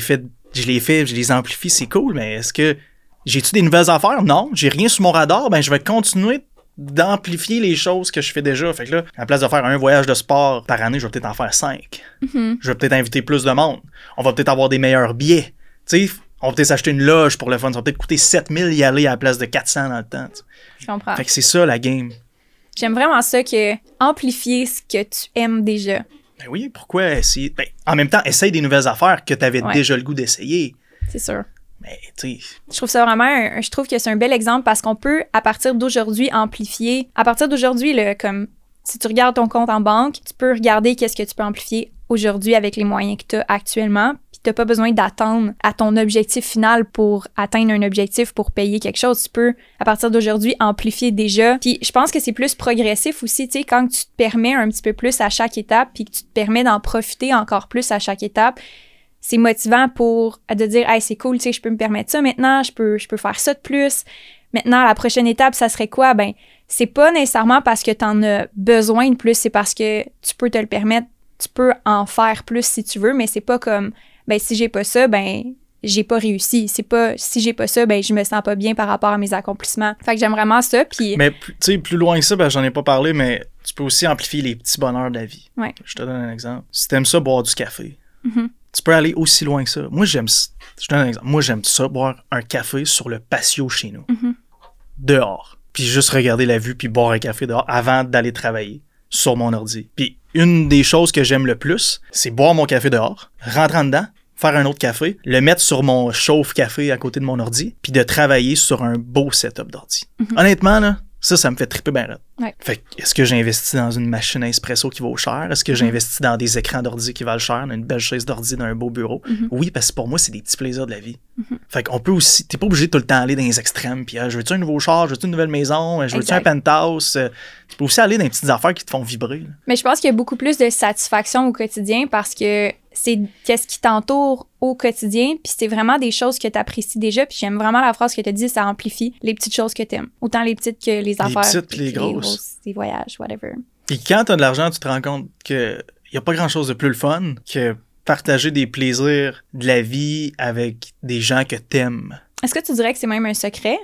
les amplifie, c'est cool, mais est-ce que j'ai-tu des nouvelles affaires? Non, j'ai rien sur mon radar, je vais continuer d'amplifier les choses que je fais déjà. Fait que là, à la place de faire un voyage de sport par année, je vais peut-être en faire 5. Mm-hmm. Je vais peut-être inviter plus de monde. On va peut-être avoir des meilleurs billets. Tu sais, on va peut-être s'acheter une loge pour le fun. Ça va peut-être coûter 7 000 y aller à la place de 400 dans le temps. T'sais. Je comprends. Fait que c'est ça, la game. J'aime vraiment ça, que amplifier ce que tu aimes déjà. Ben oui, pourquoi essayer? En même temps, essaye des nouvelles affaires que tu avais déjà le goût d'essayer. C'est sûr. Mais tu sais. Je trouve ça vraiment, je trouve que c'est un bel exemple parce qu'on peut, à partir d'aujourd'hui, amplifier. À partir d'aujourd'hui, là, comme si tu regardes ton compte en banque, tu peux regarder qu'est-ce que tu peux amplifier aujourd'hui avec les moyens que tu as actuellement. Puis tu n'as pas besoin d'attendre à ton objectif final pour atteindre un objectif, pour payer quelque chose. Tu peux, à partir d'aujourd'hui, amplifier déjà. Puis je pense que c'est plus progressif aussi, tu sais, quand tu te permets un petit peu plus à chaque étape puis que tu te permets d'en profiter encore plus à chaque étape. C'est motivant pour de dire « Hey, c'est cool, tu sais, je peux me permettre ça maintenant, je peux faire ça de plus. » Maintenant, la prochaine étape, ça serait quoi? Ben, c'est pas nécessairement parce que t'en as besoin de plus, c'est parce que tu peux te le permettre, tu peux en faire plus si tu veux, mais c'est pas comme « Ben, si j'ai pas ça, ben, j'ai pas réussi. » C'est pas « Si j'ai pas ça, ben, je me sens pas bien par rapport à mes accomplissements. » Fait que j'aime vraiment ça, puis... Mais, tu sais, plus loin que ça, j'en ai pas parlé, mais tu peux aussi amplifier les petits bonheurs de la vie. Ouais. Je te donne un exemple. Si t'aimes ça, boire du café, Mm-hmm. tu peux aller aussi loin que ça. Moi, je te donne un exemple. Moi, j'aime ça, boire un café sur le patio chez nous. Mm-hmm. Dehors. Puis juste regarder la vue, puis boire un café dehors avant d'aller travailler sur mon ordi. Puis une des choses que j'aime le plus, c'est boire mon café dehors, rentrer en dedans, faire un autre café, le mettre sur mon chauffe-café à côté de mon ordi, puis de travailler sur un beau setup d'ordi. Mm-hmm. Honnêtement, là, ça me fait triper bien raide. Ouais. Fait que, est-ce que j'investis dans une machine à espresso qui vaut cher? Est-ce que j'investis dans des écrans d'ordi qui valent cher, dans une belle chaise d'ordi, dans un beau bureau? Mm-hmm. Oui, parce que pour moi, c'est des petits plaisirs de la vie. Mm-hmm. Fait qu'on peut aussi... T'es pas obligé de tout le temps aller dans les extrêmes, puis je veux-tu un nouveau char, je veux-tu une nouvelle maison, je veux-tu un penthouse? Tu peux aussi aller dans les petites affaires qui te font vibrer. Là. Mais je pense qu'il y a beaucoup plus de satisfaction au quotidien parce que c'est qu'est-ce qui t'entoure au quotidien, puis c'est vraiment des choses que tu apprécies déjà, puis j'aime vraiment la phrase que tu as dit, ça amplifie les petites choses que tu aimes. Autant les petites que les affaires. Les petites puis les grosses. Les voyages, whatever. Puis quand tu as de l'argent, tu te rends compte qu'il n'y a pas grand-chose de plus le fun que partager des plaisirs de la vie avec des gens que t'aimes. Est-ce que tu dirais que c'est même un secret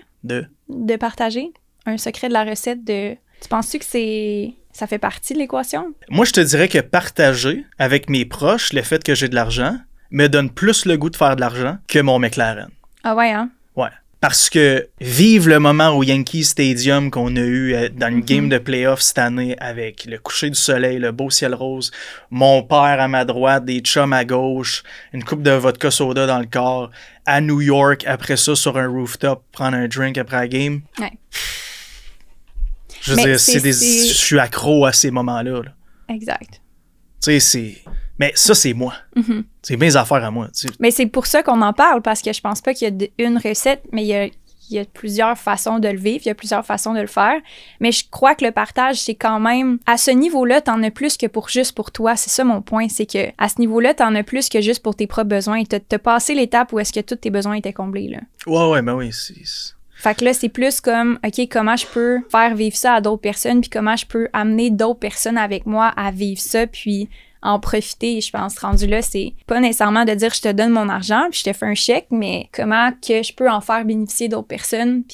de partager? Un secret de la recette de... Tu penses-tu que ça fait partie de l'équation? Moi, je te dirais que partager avec mes proches le fait que j'ai de l'argent me donne plus le goût de faire de l'argent que mon McLaren. Ah ouais, hein? Ouais. Parce que vivre le moment au Yankee Stadium qu'on a eu dans une game de playoff cette année avec le coucher du soleil, le beau ciel rose, mon père à ma droite, des chums à gauche, une coupe de vodka soda dans le corps, à New York, après ça sur un rooftop, prendre un drink après la game. Ouais. Je veux dire, je suis accro à ces moments-là. Là. Exact. Tu sais, mais ça, c'est moi. Mm-hmm. C'est mes affaires à moi. T'sais. Mais c'est pour ça qu'on en parle, parce que je pense pas qu'il y a une recette, mais il y a plusieurs façons de le vivre, il y a plusieurs façons de le faire. Mais je crois que le partage, c'est quand même... À ce niveau-là, t'en as plus que juste pour toi. C'est ça mon point, c'est que à ce niveau-là, t'en as plus que juste pour tes propres besoins. T'as passé l'étape où est-ce que tous tes besoins étaient comblés, là. Ouais, ben oui, Fait que là, c'est plus comme, OK, comment je peux faire vivre ça à d'autres personnes, puis comment je peux amener d'autres personnes avec moi à vivre ça, puis en profiter. Je pense, rendu là, c'est pas nécessairement de dire je te donne mon argent, puis je te fais un chèque, mais comment que je peux en faire bénéficier d'autres personnes. Puis là, tu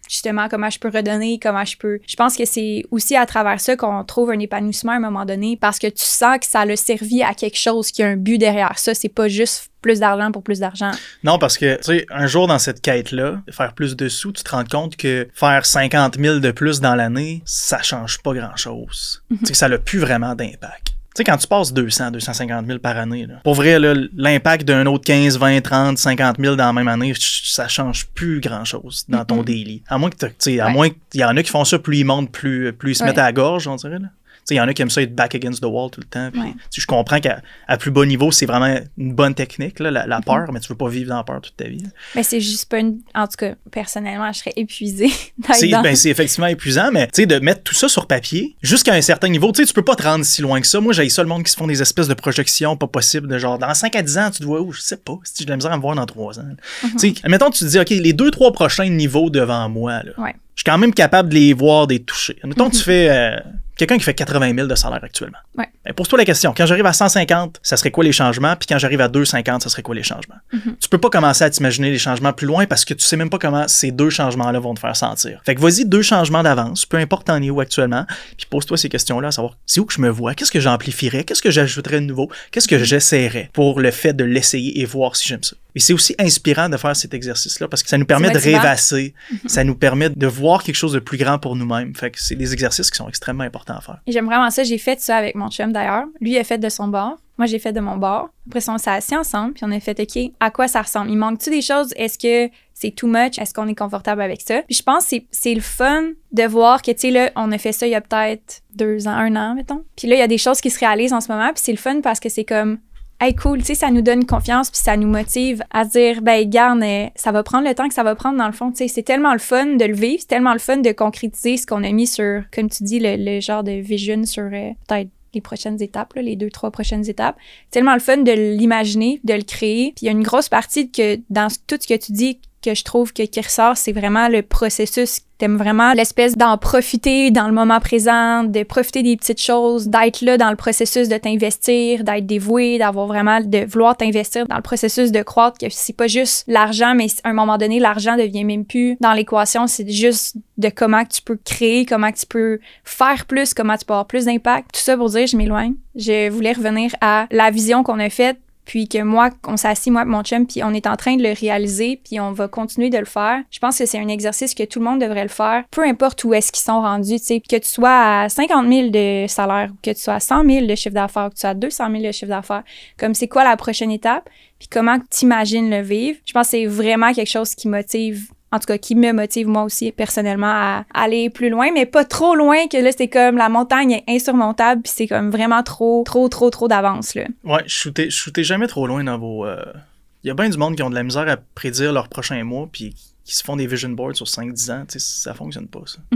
justement, comment je peux redonner, Je pense que c'est aussi à travers ça qu'on trouve un épanouissement à un moment donné parce que tu sens que ça l'a servi à quelque chose, qu'il y a un but derrière ça. C'est pas juste plus d'argent pour plus d'argent. Non, parce que, tu sais, un jour dans cette quête-là, faire plus de sous, tu te rends compte que faire 50 000 de plus dans l'année, ça change pas grand-chose. Tu sais, que ça n'a plus vraiment d'impact. Tu sais, quand tu passes 200, 250 000 par année, là, pour vrai, là, l'impact d'un autre 15, 20, 30, 50 000 dans la même année, ça change plus grand-chose dans ton daily. À moins que, tu sais, à moins qu'il y en a qui font ça, plus ils montent, plus ils se mettent à la gorge, on dirait, là. Il y en a qui aiment ça être back against the wall tout le temps. Puis, je comprends qu'à plus bas niveau, c'est vraiment une bonne technique, là, la peur, mais tu veux pas vivre dans la peur toute ta vie. Là. Mais c'est juste pas une... En tout cas, personnellement, je serais épuisée. C'est effectivement épuisant, mais de mettre tout ça sur papier, jusqu'à un certain niveau, tu peux pas te rendre si loin que ça. Moi, j'ai ça le monde qui se font des espèces de projections pas possibles, de genre, dans 5 à 10 ans, tu te vois où? Je sais pas. Si j'ai de la misère à me voir dans 3 ans. Admettons, tu te dis, OK, les 2-3 prochains niveaux devant moi, là, je suis quand même capable de les voir, de les toucher. Admettons, tu fais... quelqu'un qui fait 80 000 de salaire actuellement. Ouais. Ben, pose-toi la question. Quand j'arrive à 150, ça serait quoi les changements? Puis quand j'arrive à 250, ça serait quoi les changements? Tu peux pas commencer à t'imaginer les changements plus loin parce que tu sais même pas comment ces 2 changements-là vont te faire sentir. Fait que vas-y 2 changements d'avance, peu importe t'en es où actuellement, puis pose-toi ces questions-là à savoir c'est où que je me vois, qu'est-ce que j'amplifierais, qu'est-ce que j'ajouterais de nouveau, qu'est-ce que j'essaierais pour le fait de l'essayer et voir si j'aime ça. Et c'est aussi inspirant de faire cet exercice-là parce que ça nous permet de rêvasser, ça nous permet de voir quelque chose de plus grand pour nous-mêmes. Fait que c'est des exercices qui sont extrêmement importants à faire. Et j'aime vraiment ça. J'ai fait ça avec mon chum d'ailleurs. Lui, il a fait de son bord. Moi, j'ai fait de mon bord. Après ça, on s'est assis ensemble puis on a fait OK, à quoi ça ressemble? Il manque-tu des choses? Est-ce que c'est too much? Est-ce qu'on est confortable avec ça? Puis je pense que c'est le fun de voir que, tu sais, là, on a fait ça il y a peut-être 2 ans, 1 an, mettons. Puis là, il y a des choses qui se réalisent en ce moment. Puis c'est le fun parce que c'est comme... Hey, cool, tu sais, ça nous donne confiance puis ça nous motive à dire, ben, garde, ça va prendre le temps que ça va prendre dans le fond, tu sais, c'est tellement le fun de le vivre, c'est tellement le fun de concrétiser ce qu'on a mis sur, comme tu dis, le genre de vision sur peut-être les prochaines étapes, là, les 2-3 prochaines étapes. C'est tellement le fun de l'imaginer, de le créer. Puis il y a une grosse partie que dans tout ce que tu dis que je trouve qui ressort, c'est vraiment le processus. T'aimes vraiment l'espèce d'en profiter dans le moment présent, de profiter des petites choses, d'être là dans le processus de t'investir, d'être dévoué, d'avoir vraiment, de vouloir t'investir dans le processus de croître, que c'est pas juste l'argent, mais à un moment donné, l'argent devient même plus dans l'équation, c'est juste de comment que tu peux créer, comment que tu peux faire plus, comment tu peux avoir plus d'impact. Tout ça pour dire, je m'éloigne. Je voulais revenir à la vision qu'on a faite, puis que moi, on s'est assis, moi et mon chum, puis on est en train de le réaliser, puis on va continuer de le faire. Je pense que c'est un exercice que tout le monde devrait le faire, peu importe où est-ce qu'ils sont rendus, tu sais, que tu sois à 50 000 de salaire, ou que tu sois à 100 000 de chiffre d'affaires, ou que tu sois à 200 000 de chiffre d'affaires, comme c'est quoi la prochaine étape, puis comment tu imagines le vivre. Je pense que c'est vraiment quelque chose qui motive, en tout cas, qui me motive moi aussi personnellement à aller plus loin, mais pas trop loin que là, c'est comme la montagne est insurmontable puis c'est comme vraiment trop d'avance, là. Ouais, shootez jamais trop loin dans vos... Il y a bien du monde qui ont de la misère à prédire leurs prochains mois puis qui se font des vision boards sur 5-10 ans, tu sais, ça fonctionne pas, ça.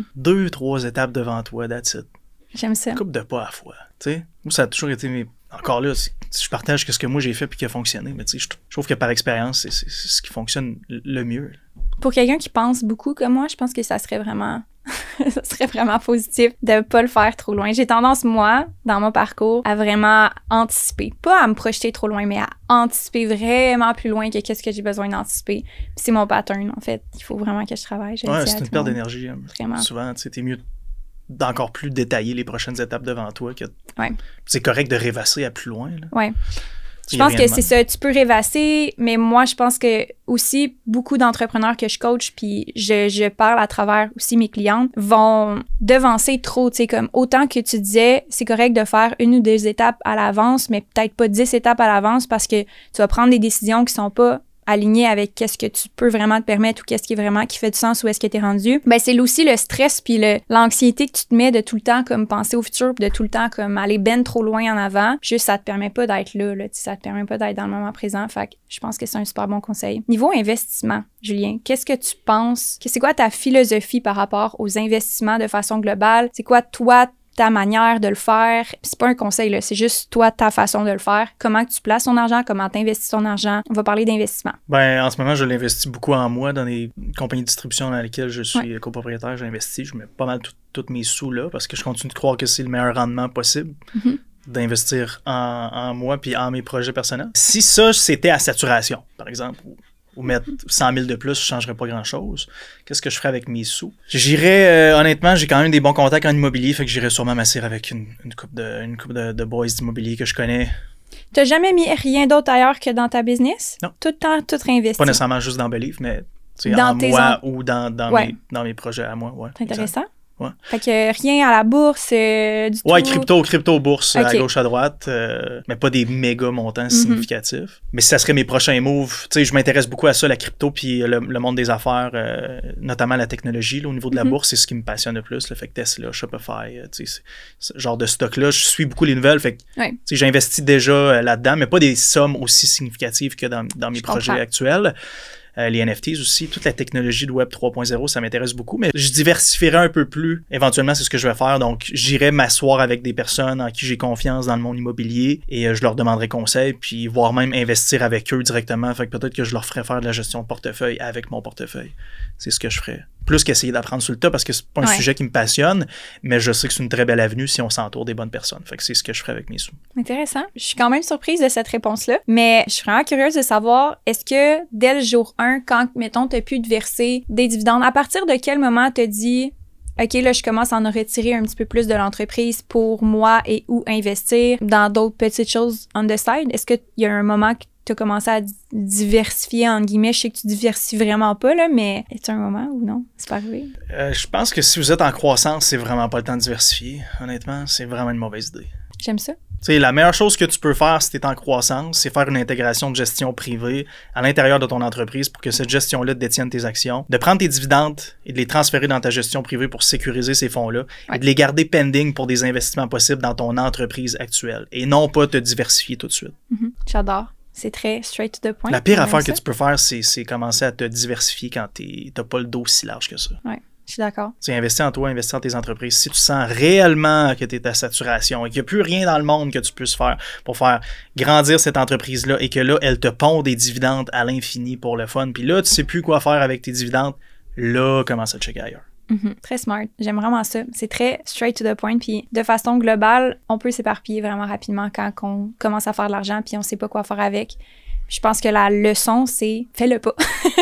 2-3 étapes devant toi, that's it. J'aime ça. Coupe de pas à la fois, tu sais. Moi, ça a toujours été... Encore là, je partage ce que moi j'ai fait puis qui a fonctionné, mais tu sais, je trouve que par expérience, c'est ce qui fonctionne le mieux. Pour quelqu'un qui pense beaucoup comme moi, je pense que ça serait vraiment ça serait vraiment positif de pas le faire trop loin. J'ai tendance, moi, dans mon parcours, à vraiment anticiper. Pas à me projeter trop loin, mais à anticiper vraiment plus loin que qu'est-ce que j'ai besoin d'anticiper. Puis c'est mon pattern, en fait. Il faut vraiment que je travaille. Ouais, c'est une perte d'énergie. Vraiment. Souvent, tu sais, t'es mieux d'encore plus détailler les prochaines étapes devant toi. C'est correct de rêvasser à plus loin. Là. Ouais. Je pense que c'est ça, tu peux rêvasser, mais moi, je pense que aussi, beaucoup d'entrepreneurs que je coach, puis je parle à travers aussi mes clientes, vont devancer trop, tu sais, comme autant que tu disais, c'est correct de faire 1 ou 2 étapes à l'avance, mais peut-être pas 10 étapes à l'avance parce que tu vas prendre des décisions qui sont pas aligné avec qu'est-ce que tu peux vraiment te permettre ou qu'est-ce qui est vraiment qui fait du sens, où est-ce que t'es rendu. Ben c'est aussi le stress puis l'anxiété que tu te mets de tout le temps comme penser au futur puis de tout le temps comme aller ben trop loin en avant. Juste ça te permet pas d'être là, ça te permet pas d'être dans le moment présent. Fait que je pense que c'est un super bon conseil. Niveau investissement, Julien, qu'est-ce que tu penses? C'est quoi ta philosophie par rapport aux investissements de façon globale? C'est quoi toi ta manière de le faire? C'est pas un conseil, là, c'est juste toi, ta façon de le faire. Comment tu places ton argent, comment tu investis ton argent. On va parler d'investissement. Ben, en ce moment, je l'investis beaucoup en moi dans des compagnies de distribution dans lesquelles je suis copropriétaire. J'investis, je mets pas mal tous mes sous là parce que je continue de croire que c'est le meilleur rendement possible. D'investir en moi puis en mes projets personnels. Si ça, c'était à saturation, par exemple, ou mettre 100 000 de plus, je ne changerais pas grand-chose. Qu'est-ce que je ferais avec mes sous? J'irais, honnêtement, j'ai quand même des bons contacts en immobilier, fait que j'irais sûrement m'asseoir avec une couple de boys d'immobilier que je connais. T'as jamais mis rien d'autre ailleurs que dans ta business? Non. Tout le temps, tout réinvesti. Pas nécessairement juste dans Believe, mais dans en moi ou dans mes projets à moi. Ouais, c'est intéressant. Ouais. Fait que rien à la bourse du tout. Ouais, crypto bourse okay. À gauche, à droite, mais pas des méga montants significatifs. Mais ça serait mes prochains moves. Tu sais, je m'intéresse beaucoup à ça, la crypto, puis le monde des affaires, notamment la technologie, là, au niveau de la bourse, c'est ce qui me passionne le plus. Là. Fait que Tesla, Shopify, tu sais, ce genre de stock-là, je suis beaucoup les nouvelles. Fait que, tu sais, j'investis déjà là-dedans, mais pas des sommes aussi significatives que dans mes projets actuels. Les NFTs aussi, toute la technologie de Web 3.0, ça m'intéresse beaucoup, mais je diversifierai un peu plus. Éventuellement, c'est ce que je vais faire. Donc, j'irai m'asseoir avec des personnes en qui j'ai confiance dans le monde immobilier et je leur demanderai conseil, puis voire même investir avec eux directement. Fait que peut-être que je leur ferai faire de la gestion de portefeuille avec mon portefeuille. C'est ce que je ferais. Plus qu'essayer d'apprendre sur le tas parce que c'est pas un sujet qui me passionne, mais je sais que c'est une très belle avenue si on s'entoure des bonnes personnes. Fait que c'est ce que je ferais avec mes sous. Intéressant. Je suis quand même surprise de cette réponse-là, mais je suis vraiment curieuse de savoir, est-ce que dès le jour 1, quand, mettons, t'as pu te verser des dividendes, à partir de quel moment t'as dit OK, là, je commence à en retirer un petit peu plus de l'entreprise pour moi et ou investir dans d'autres petites choses on the side? Est-ce qu'il y a un moment que tu as commencé à diversifier, entre guillemets? Je sais que tu diversifies vraiment pas, là, mais est-ce un moment ou non? C'est pas arrivé? Je pense que si vous êtes en croissance, c'est vraiment pas le temps de diversifier. Honnêtement, c'est vraiment une mauvaise idée. J'aime ça. T'sais, la meilleure chose que tu peux faire si tu es en croissance, c'est faire une intégration de gestion privée à l'intérieur de ton entreprise pour que cette gestion-là détienne tes actions, de prendre tes dividendes et de les transférer dans ta gestion privée pour sécuriser ces fonds-là et de les garder pending pour des investissements possibles dans ton entreprise actuelle et non pas te diversifier tout de suite. J'adore. C'est très straight to the point. La pire affaire que tu peux faire, c'est commencer à te diversifier quand t'as pas le dos si large que ça. Ouais. Je suis d'accord. Tu investis en toi, investis en tes entreprises. Si tu sens réellement que tu es à saturation et qu'il n'y a plus rien dans le monde que tu puisses faire pour faire grandir cette entreprise-là et que là, elle te pond des dividendes à l'infini pour le fun, puis là, tu sais plus quoi faire avec tes dividendes, là, commence à checker ailleurs. Très smart. J'aime vraiment ça. C'est très straight to the point. Puis de façon globale, on peut s'éparpiller vraiment rapidement quand on commence à faire de l'argent puis on sait pas quoi faire avec. Je pense que la leçon, c'est fais-le pas.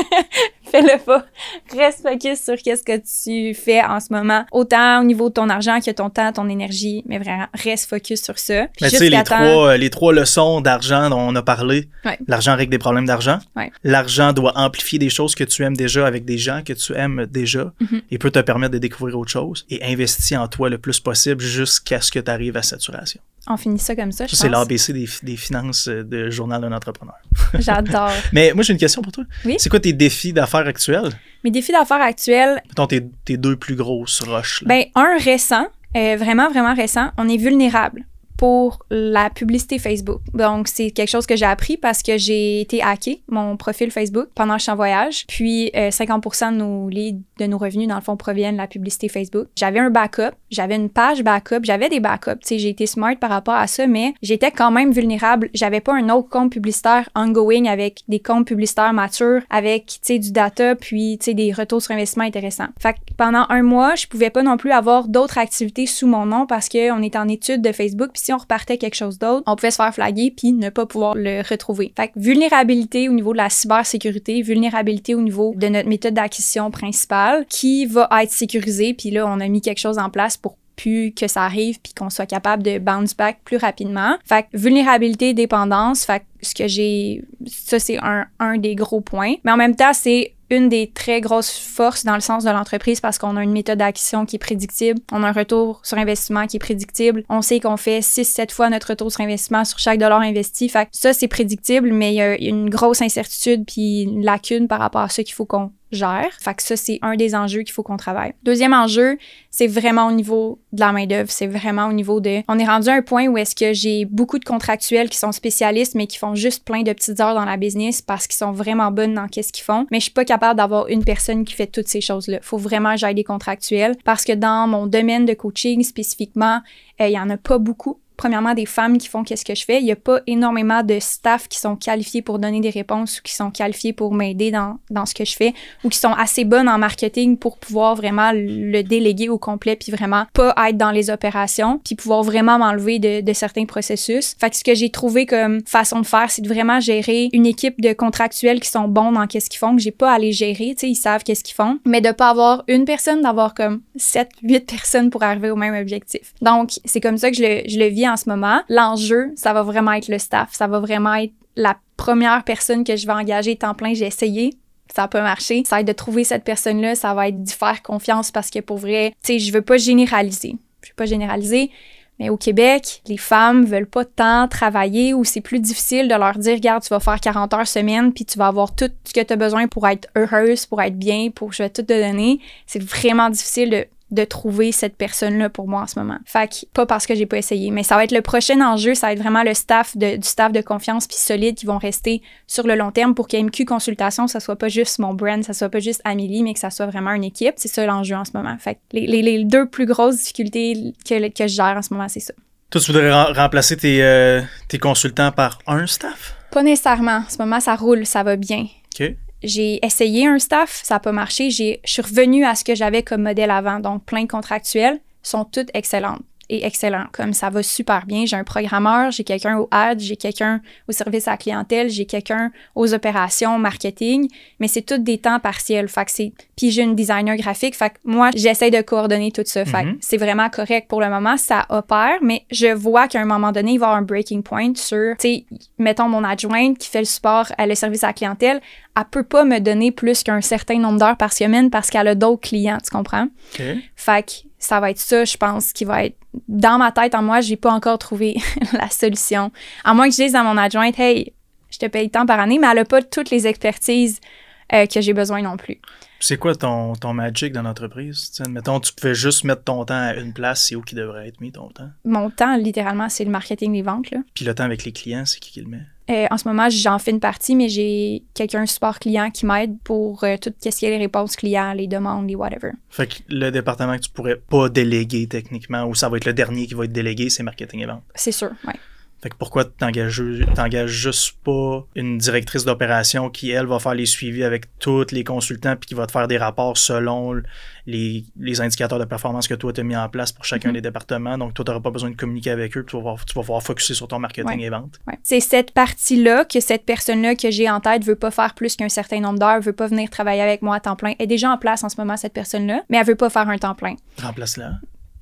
Fais-le pas. Reste focus sur qu'est-ce que tu fais en ce moment. Autant au niveau de ton argent que ton temps, ton énergie. Mais vraiment, reste focus sur ça. Mais tu sais, les trois leçons d'argent dont on a parlé. L'argent règle des problèmes d'argent. L'argent doit amplifier des choses que tu aimes déjà avec des gens que tu aimes déjà et peut te permettre de découvrir autre chose. Et investis en toi le plus possible jusqu'à ce que tu arrives à saturation. On finit ça comme ça, je pense. C'est l'ABC des finances de Journal d'un entrepreneur. J'adore. Mais moi, j'ai une question pour toi. Oui? C'est quoi tes défis d'affaires actuels? Mes défis d'affaires actuels... Mettons tes deux plus grosses roches. Là. Ben, un récent, vraiment, vraiment récent, on est vulnérable pour la publicité Facebook. Donc, c'est quelque chose que j'ai appris parce que j'ai été hacké, mon profil Facebook, pendant que je suis en voyage. Puis, 50% de nos leads, de nos revenus, dans le fond, proviennent de la publicité Facebook. J'avais un backup, j'avais une page backup, j'avais des backups. Tu sais, j'ai été smart par rapport à ça, mais j'étais quand même vulnérable. J'avais pas un autre compte publicitaire ongoing avec des comptes publicitaires matures, avec, tu sais, du data, puis, tu sais, des retours sur investissement intéressants. Fait que pendant un mois, je pouvais pas non plus avoir d'autres activités sous mon nom parce qu'on est en étude de Facebook, puis si on repartait quelque chose d'autre, on pouvait se faire flaguer puis ne pas pouvoir le retrouver. Fait que vulnérabilité au niveau de la cybersécurité, vulnérabilité au niveau de notre méthode d'acquisition principale qui va être sécurisée, puis là, on a mis quelque chose en place pour plus que ça arrive puis qu'on soit capable de bounce back plus rapidement. Fait que vulnérabilité, dépendance, fait que ce que j'ai... Ça, c'est un des gros points. Mais en même temps, c'est une des très grosses forces dans le sens de l'entreprise parce qu'on a une méthode d'acquisition qui est prédictible, on a un retour sur investissement qui est prédictible, on sait qu'on fait 6-7 fois notre retour sur investissement sur chaque dollar investi. Fait que ça, c'est prédictible, mais il y a une grosse incertitude puis une lacune par rapport à ça qu'il faut qu'on gère. Fait que ça, c'est un des enjeux qu'il faut qu'on travaille. Deuxième enjeu, c'est vraiment au niveau de la main-d'œuvre. C'est vraiment au niveau de... On est rendu à un point où est-ce que j'ai beaucoup de contractuels qui sont spécialistes, mais qui font juste plein de petites heures dans la business parce qu'ils sont vraiment bonnes dans qu'est-ce qu'ils font. Mais je suis pas capable d'avoir une personne qui fait toutes ces choses-là. Faut vraiment que j'aille des contractuels parce que dans mon domaine de coaching spécifiquement, il y en a pas beaucoup premièrement des femmes qui font qu'est-ce que je fais. Il n'y a pas énormément de staff qui sont qualifiés pour donner des réponses ou qui sont qualifiés pour m'aider dans ce que je fais ou qui sont assez bonnes en marketing pour pouvoir vraiment le déléguer au complet puis vraiment pas être dans les opérations puis pouvoir vraiment m'enlever de certains processus. Fait que ce que j'ai trouvé comme façon de faire, c'est de vraiment gérer une équipe de contractuels qui sont bons dans qu'est-ce qu'ils font, que j'ai pas à les gérer, tu sais, ils savent qu'est-ce qu'ils font, mais de pas avoir une personne, d'avoir comme 7, 8 personnes pour arriver au même objectif. Donc, c'est comme ça que je le vis en ce moment. L'enjeu, ça va vraiment être le staff. Ça va vraiment être la première personne que je vais engager temps plein. J'ai essayé. Ça n'a pas marché. Ça va être de trouver cette personne-là. Ça va être d'y faire confiance parce que pour vrai, tu sais, je veux pas généraliser. Mais au Québec, les femmes veulent pas tant travailler ou c'est plus difficile de leur dire, regarde, tu vas faire 40 heures semaine puis tu vas avoir tout ce que tu as besoin pour être heureuse, pour être bien, je vais tout te donner. C'est vraiment difficile de trouver cette personne-là pour moi en ce moment. Fait que, pas parce que j'ai pas essayé, mais ça va être le prochain enjeu, ça va être vraiment du staff de confiance puis solide qui vont rester sur le long terme pour qu'MQ Consultation, ça soit pas juste mon brand, ça soit pas juste Amélie, mais que ça soit vraiment une équipe. C'est ça l'enjeu en ce moment. Fait que les deux plus grosses difficultés que je gère en ce moment, c'est ça. Toi, tu voudrais remplacer tes consultants par un staff? Pas nécessairement. En ce moment, ça roule, ça va bien. OK. J'ai essayé un staff, ça n'a pas marché. Je suis revenue à ce que j'avais comme modèle avant. Donc, plein de contractuels sont toutes excellentes et excellents. Comme ça va super bien. J'ai un programmeur, j'ai quelqu'un au ad, j'ai quelqu'un au service à la clientèle, j'ai quelqu'un aux opérations, marketing, mais c'est tout des temps partiels. Fait que puis j'ai une designer graphique. Fait que moi, j'essaie de coordonner tout ça. Fait que c'est vraiment correct pour le moment. Ça opère, mais je vois qu'à un moment donné, il va y avoir un breaking point sur, tu sais, mettons mon adjointe qui fait le support à le service à la clientèle, elle peut pas me donner plus qu'un certain nombre d'heures par semaine parce qu'elle a d'autres clients, tu comprends? Okay. Fait que ça va être ça, je pense, qui va être dans ma tête. En moi, j'ai pas encore trouvé la solution. À moins que je dise à mon adjointe, hey, je te paye tant par année, mais elle a pas toutes les expertises que j'ai besoin non plus. C'est quoi ton magic dans l'entreprise? T'sais, mettons, tu pouvais juste mettre ton temps à une place, c'est où qui devrait être mis ton temps? Mon temps, littéralement, c'est le marketing, les ventes. Là. Puis le temps avec les clients, c'est qui le met? En ce moment, j'en fais une partie, mais j'ai quelqu'un support client qui m'aide pour tout ce qui est les réponses clients, les demandes, les whatever. Fait que le département que tu pourrais pas déléguer techniquement, ou ça va être le dernier qui va être délégué, c'est marketing et vente. C'est sûr, oui. Fait que pourquoi t'engages juste pas une directrice d'opération qui, elle, va faire les suivis avec tous les consultants puis qui va te faire des rapports selon les indicateurs de performance que toi t'as mis en place pour chacun des départements. Donc, toi, t'auras pas besoin de communiquer avec eux, tu vas pouvoir focuser sur ton marketing et vente. Ouais. C'est cette partie-là que cette personne-là que j'ai en tête veut pas faire plus qu'un certain nombre d'heures, veut pas venir travailler avec moi à temps plein. Elle est déjà en place en ce moment, cette personne-là, mais elle veut pas faire un temps plein. Remplace-la.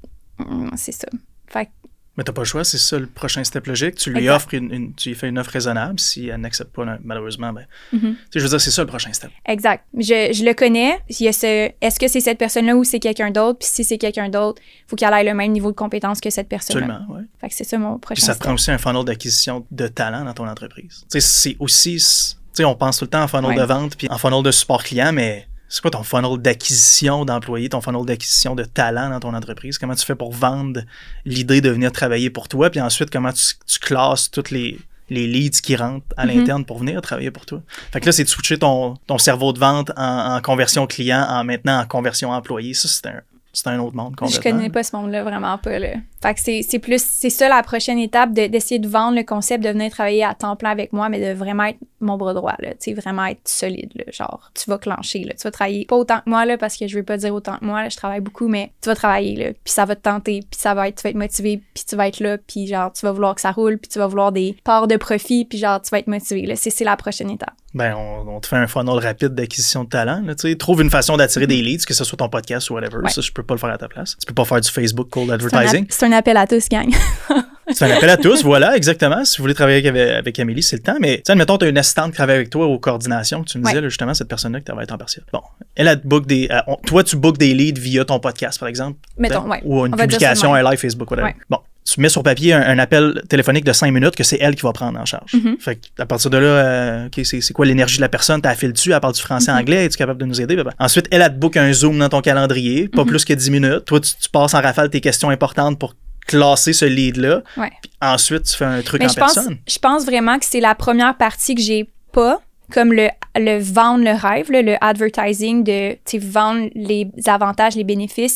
C'est ça. Fait que mais t'as pas le choix, c'est ça le prochain step logique. Tu lui offres tu lui fais une offre raisonnable. Si elle n'accepte pas, malheureusement, ben, je veux dire, c'est ça le prochain step. Exact. Je le connais. Il y a est-ce que c'est cette personne-là ou c'est quelqu'un d'autre? Puis si c'est quelqu'un d'autre, il faut qu'elle ait le même niveau de compétence que cette personne-là. Absolument, oui. Fait que c'est ça mon prochain Puis ça step. te prend aussi un funnel d'acquisition de talent dans ton entreprise. Tu sais, c'est aussi, tu sais, on pense tout le temps en funnel de vente puis en funnel de support client, mais c'est quoi ton funnel d'acquisition d'employés, ton funnel d'acquisition de talent dans ton entreprise? Comment tu fais pour vendre l'idée de venir travailler pour toi? Puis ensuite, comment tu classes toutes les leads qui rentrent à l'interne pour venir travailler pour toi? Fait que là, c'est de switcher ton cerveau de vente en conversion client, maintenant en conversion employé. Ça, c'est un autre monde complètement. Je connais pas ce monde-là, vraiment pas. Là. Fait que c'est ça la prochaine étape, d'essayer de vendre le concept, de venir travailler à temps plein avec moi, mais de vraiment être mon bras droit, là. Tu sais, vraiment être solide, là. Genre, tu vas clencher, là. Tu vas travailler pas autant que moi, là, parce que je veux pas dire autant que moi, là, je travaille beaucoup, mais tu vas travailler, là. Puis ça va te tenter, puis tu vas être motivé, puis tu vas être là, puis genre, tu vas vouloir que ça roule, puis tu vas vouloir des parts de profit, puis genre, tu vas être motivé, là. C'est la prochaine étape. Ben, on te fait un funnel rapide d'acquisition de talent. Là, trouve une façon d'attirer des leads, que ce soit ton podcast ou whatever. Ouais. Ça, je peux pas le faire à ta place. Tu peux pas faire du Facebook cold advertising. C'est un appel à tous, gang. C'est un appel à tous, voilà, exactement. Si vous voulez travailler avec Amélie, c'est le temps. Mais, tu sais, admettons, tu as une assistante qui travaille avec toi aux coordinations, que tu me disais, là, justement, cette personne-là qui travaille à temps partiel. Bon, elle te book toi, tu bookes des leads via ton podcast, par exemple. Mettons, ou une publication, un live Facebook, whatever. Ouais. Bon. Tu mets sur papier un appel téléphonique de 5 minutes que c'est elle qui va prendre en charge. Fait qu'à partir de là, OK, c'est quoi l'énergie de la personne? T'as fil dessus, elle parle du français-anglais, es-tu capable de nous aider? Ensuite, elle te book un Zoom dans ton calendrier, pas plus que 10 minutes. Toi, tu passes en rafale tes questions importantes pour classer ce lead-là. Ouais. Puis ensuite, tu fais un truc personne. Je pense vraiment que c'est la première partie que j'ai pas, comme le vendre le rêve, le advertising, de vendre les avantages, les bénéfices.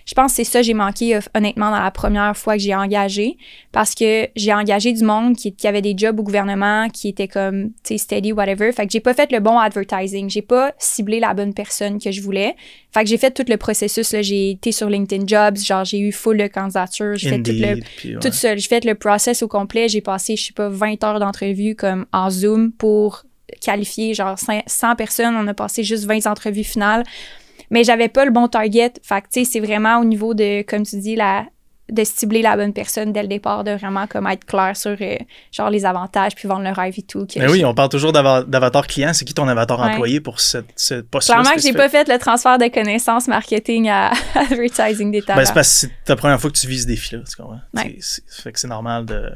je pense que c'est ça que j'ai manqué, honnêtement, dans la première fois que j'ai engagé, parce que j'ai engagé du monde qui avait des jobs au gouvernement, qui était comme, tu sais, steady, whatever. Fait que j'ai pas fait le bon advertising. J'ai pas ciblé la bonne personne que je voulais. Fait que j'ai fait tout le processus, là. J'ai été sur LinkedIn Jobs, genre, j'ai eu full de candidatures. J'ai fait tout ça. J'ai fait le process au complet. J'ai passé, je sais pas, 20 heures d'entrevue comme en Zoom pour qualifier, genre, 100 personnes. On a passé juste 20 entrevues finales. Mais j'avais pas le bon target. Fait que, tu sais, c'est vraiment au niveau de, comme tu dis, de cibler la bonne personne dès le départ, de vraiment comme être clair sur, genre, les avantages, puis vendre le rêve et tout. Mais oui, on parle toujours d'avatar client. C'est qui ton avatar employé pour ce poste-là? Clairement que j'ai pas fait le transfert de connaissances marketing à advertising des talents. Ben, c'est parce que c'est la première fois que tu vis ce défi-là, tu comprends? Ouais. Fait que c'est normal de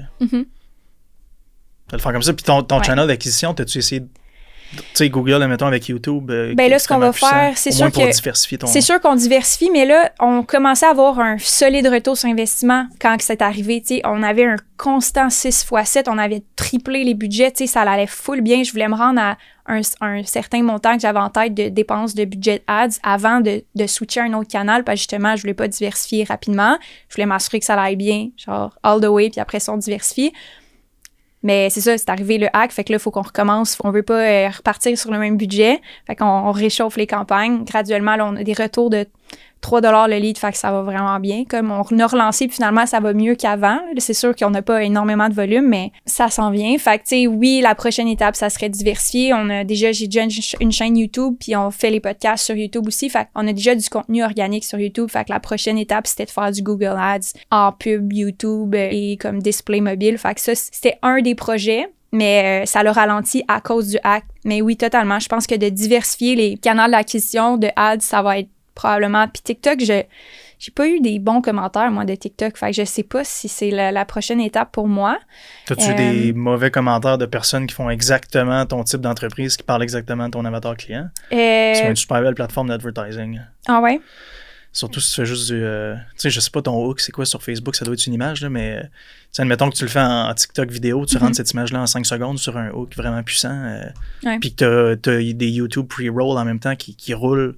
le faire comme ça. Puis ton channel d'acquisition, t'as-tu essayé de... Tu sais, Google, admettons, avec YouTube. Ben là, ce qu'on va faire, c'est sûr pour diversifier ton... C'est sûr qu'on diversifie, mais là, on commençait à avoir un solide retour sur investissement quand c'est arrivé. Tu sais, on avait un constant 6x7, on avait triplé les budgets, tu sais, ça allait full bien. Je voulais me rendre à un certain montant que j'avais en tête de dépenses de budget ads avant de switcher à un autre canal, parce que justement, je voulais pas diversifier rapidement. Je voulais m'assurer que ça allait bien, genre all the way, puis après ça, on diversifie. Mais c'est ça, c'est arrivé le hack, fait que là, il faut qu'on recommence. On veut pas repartir sur le même budget. Fait qu'on réchauffe les campagnes. Graduellement, là, on a des retours de 3$ le lead, fait que ça va vraiment bien. Comme on a relancé, puis finalement, ça va mieux qu'avant. C'est sûr qu'on n'a pas énormément de volume, mais ça s'en vient. Fait que, tu sais, oui, la prochaine étape, ça serait diversifier. J'ai déjà une chaîne YouTube, puis on fait les podcasts sur YouTube aussi. Fait qu'on a déjà du contenu organique sur YouTube. Fait que la prochaine étape, c'était de faire du Google Ads en pub YouTube et comme display mobile. Fait que ça, c'était un des projets. Mais ça l'a ralenti à cause du hack. Mais oui, totalement. Je pense que de diversifier les canaux d'acquisition de ads, ça va être probablement. Puis TikTok, j'ai pas eu des bons commentaires, moi, de TikTok. Fait que je sais pas si c'est la prochaine étape pour moi. T'as-tu des mauvais commentaires de personnes qui font exactement ton type d'entreprise, qui parlent exactement de ton avatar client? C'est une super belle plateforme d'advertising. Ah ouais? Surtout si tu fais juste du... tu sais, je sais pas ton hook, c'est quoi sur Facebook, ça doit être une image, là, mais admettons que tu le fais en TikTok vidéo, tu rentres cette image-là en 5 secondes sur un hook vraiment puissant, puis que t'as des YouTube pre-roll en même temps qui roulent.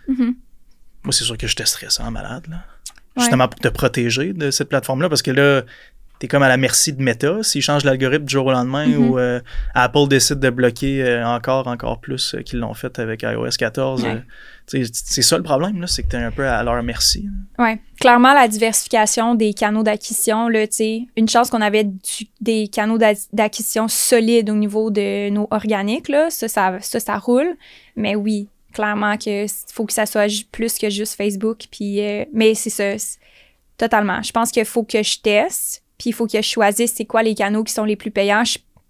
Moi, c'est sûr que je testerais ça en malade, là. Justement pour te protéger de cette plateforme-là, parce que là, t'es comme à la merci de Meta. S'ils changent l'algorithme du jour au lendemain ou Apple décide de bloquer encore plus qu'ils l'ont fait avec iOS 14, c'est ça le problème, là, c'est que t'es un peu à leur merci. Oui, clairement, la diversification des canaux d'acquisition, là, tu sais, une chance qu'on avait des canaux d'acquisition solides au niveau de nos organiques, là, ça roule. Mais oui, clairement qu'il faut que ça soit plus que juste Facebook. Puis, mais c'est ça, totalement. Je pense qu'il faut que je teste, puis il faut que je choisisse c'est quoi les canaux qui sont les plus payants.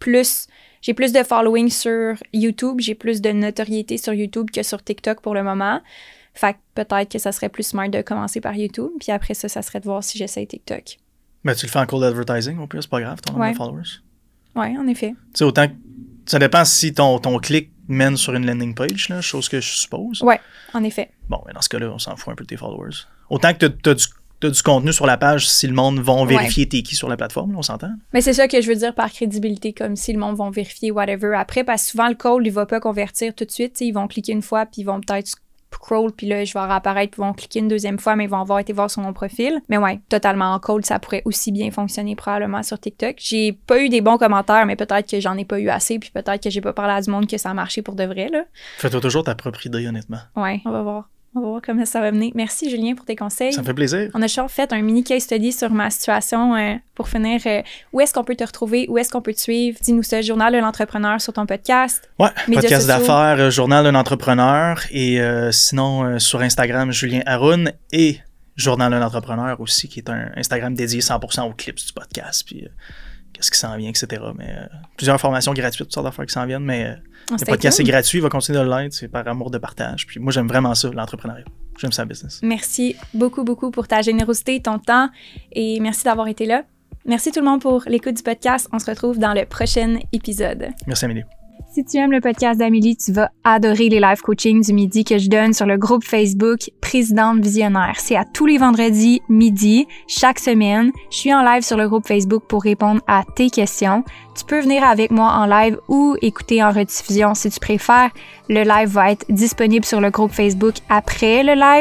J'ai plus de following sur YouTube, j'ai plus de notoriété sur YouTube que sur TikTok pour le moment. Fait que peut-être que ça serait plus smart de commencer par YouTube, puis après ça serait de voir si j'essaie TikTok. Mais tu le fais en cours d'advertising, au pire, c'est pas grave, ton nombre de followers. Oui, en effet. Tu sais, autant que ça dépend si ton clic mène sur une landing page, là, chose que je suppose. Oui, en effet. Bon, mais dans ce cas-là, on s'en fout un peu de tes followers. Autant que t'as du contenu sur la page, si le monde va vérifier t'es qui sur la plateforme, là, on s'entend? Mais c'est ça que je veux dire par crédibilité, comme si le monde va vérifier whatever après, parce que souvent le call, il va pas convertir tout de suite, ils vont cliquer une fois, puis ils vont peut-être scroll, puis là, je vais réapparaître, puis ils vont cliquer une deuxième fois, mais ils vont avoir été voir sur mon profil. Mais ouais, totalement en call, ça pourrait aussi bien fonctionner probablement sur TikTok. J'ai pas eu des bons commentaires, mais peut-être que j'en ai pas eu assez, puis peut-être que j'ai pas parlé à du monde que ça a marché pour de vrai, là. Fais-toi toujours ta propre idée, honnêtement. Ouais, on va voir. On va voir comment ça va mener. Merci, Julien, pour tes conseils. Ça me fait plaisir. On a déjà fait un mini case study sur ma situation pour finir. Où est-ce qu'on peut te retrouver? Où est-ce qu'on peut te suivre? Dis-nous ça, Journal de l'entrepreneur sur ton podcast. Ouais, podcast d'affaires, Journal d'un entrepreneur. Et sinon, sur Instagram, Julien Haroun et Journal d'un entrepreneur aussi, qui est un Instagram dédié 100% aux clips du podcast. Puis qu'est-ce qui s'en vient, etc. Mais plusieurs formations gratuites, toutes sortes d'affaires qui s'en viennent, mais le podcast est gratuit, il va continuer de l'être, c'est par amour de partage. Puis moi, j'aime vraiment ça, l'entrepreneuriat. J'aime ça, le business. Merci beaucoup, beaucoup pour ta générosité, ton temps, et merci d'avoir été là. Merci tout le monde pour l'écoute du podcast. On se retrouve dans le prochain épisode. Merci, Amélie. Si tu aimes le podcast d'Amélie, tu vas adorer les live coaching du midi que je donne sur le groupe Facebook Présidente Visionnaire. C'est à tous les vendredis midi, chaque semaine. Je suis en live sur le groupe Facebook pour répondre à tes questions. Tu peux venir avec moi en live ou écouter en rediffusion si tu préfères. Le live va être disponible sur le groupe Facebook après le live.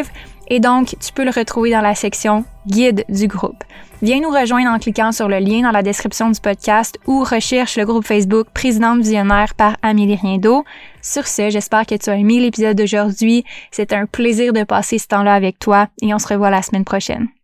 Et donc, tu peux le retrouver dans la section « Guide du groupe ». Viens nous rejoindre en cliquant sur le lien dans la description du podcast ou recherche le groupe Facebook Présidente Visionnaire par Amélie Riendo. Sur ce, j'espère que tu as aimé l'épisode d'aujourd'hui. C'était un plaisir de passer ce temps-là avec toi et on se revoit la semaine prochaine.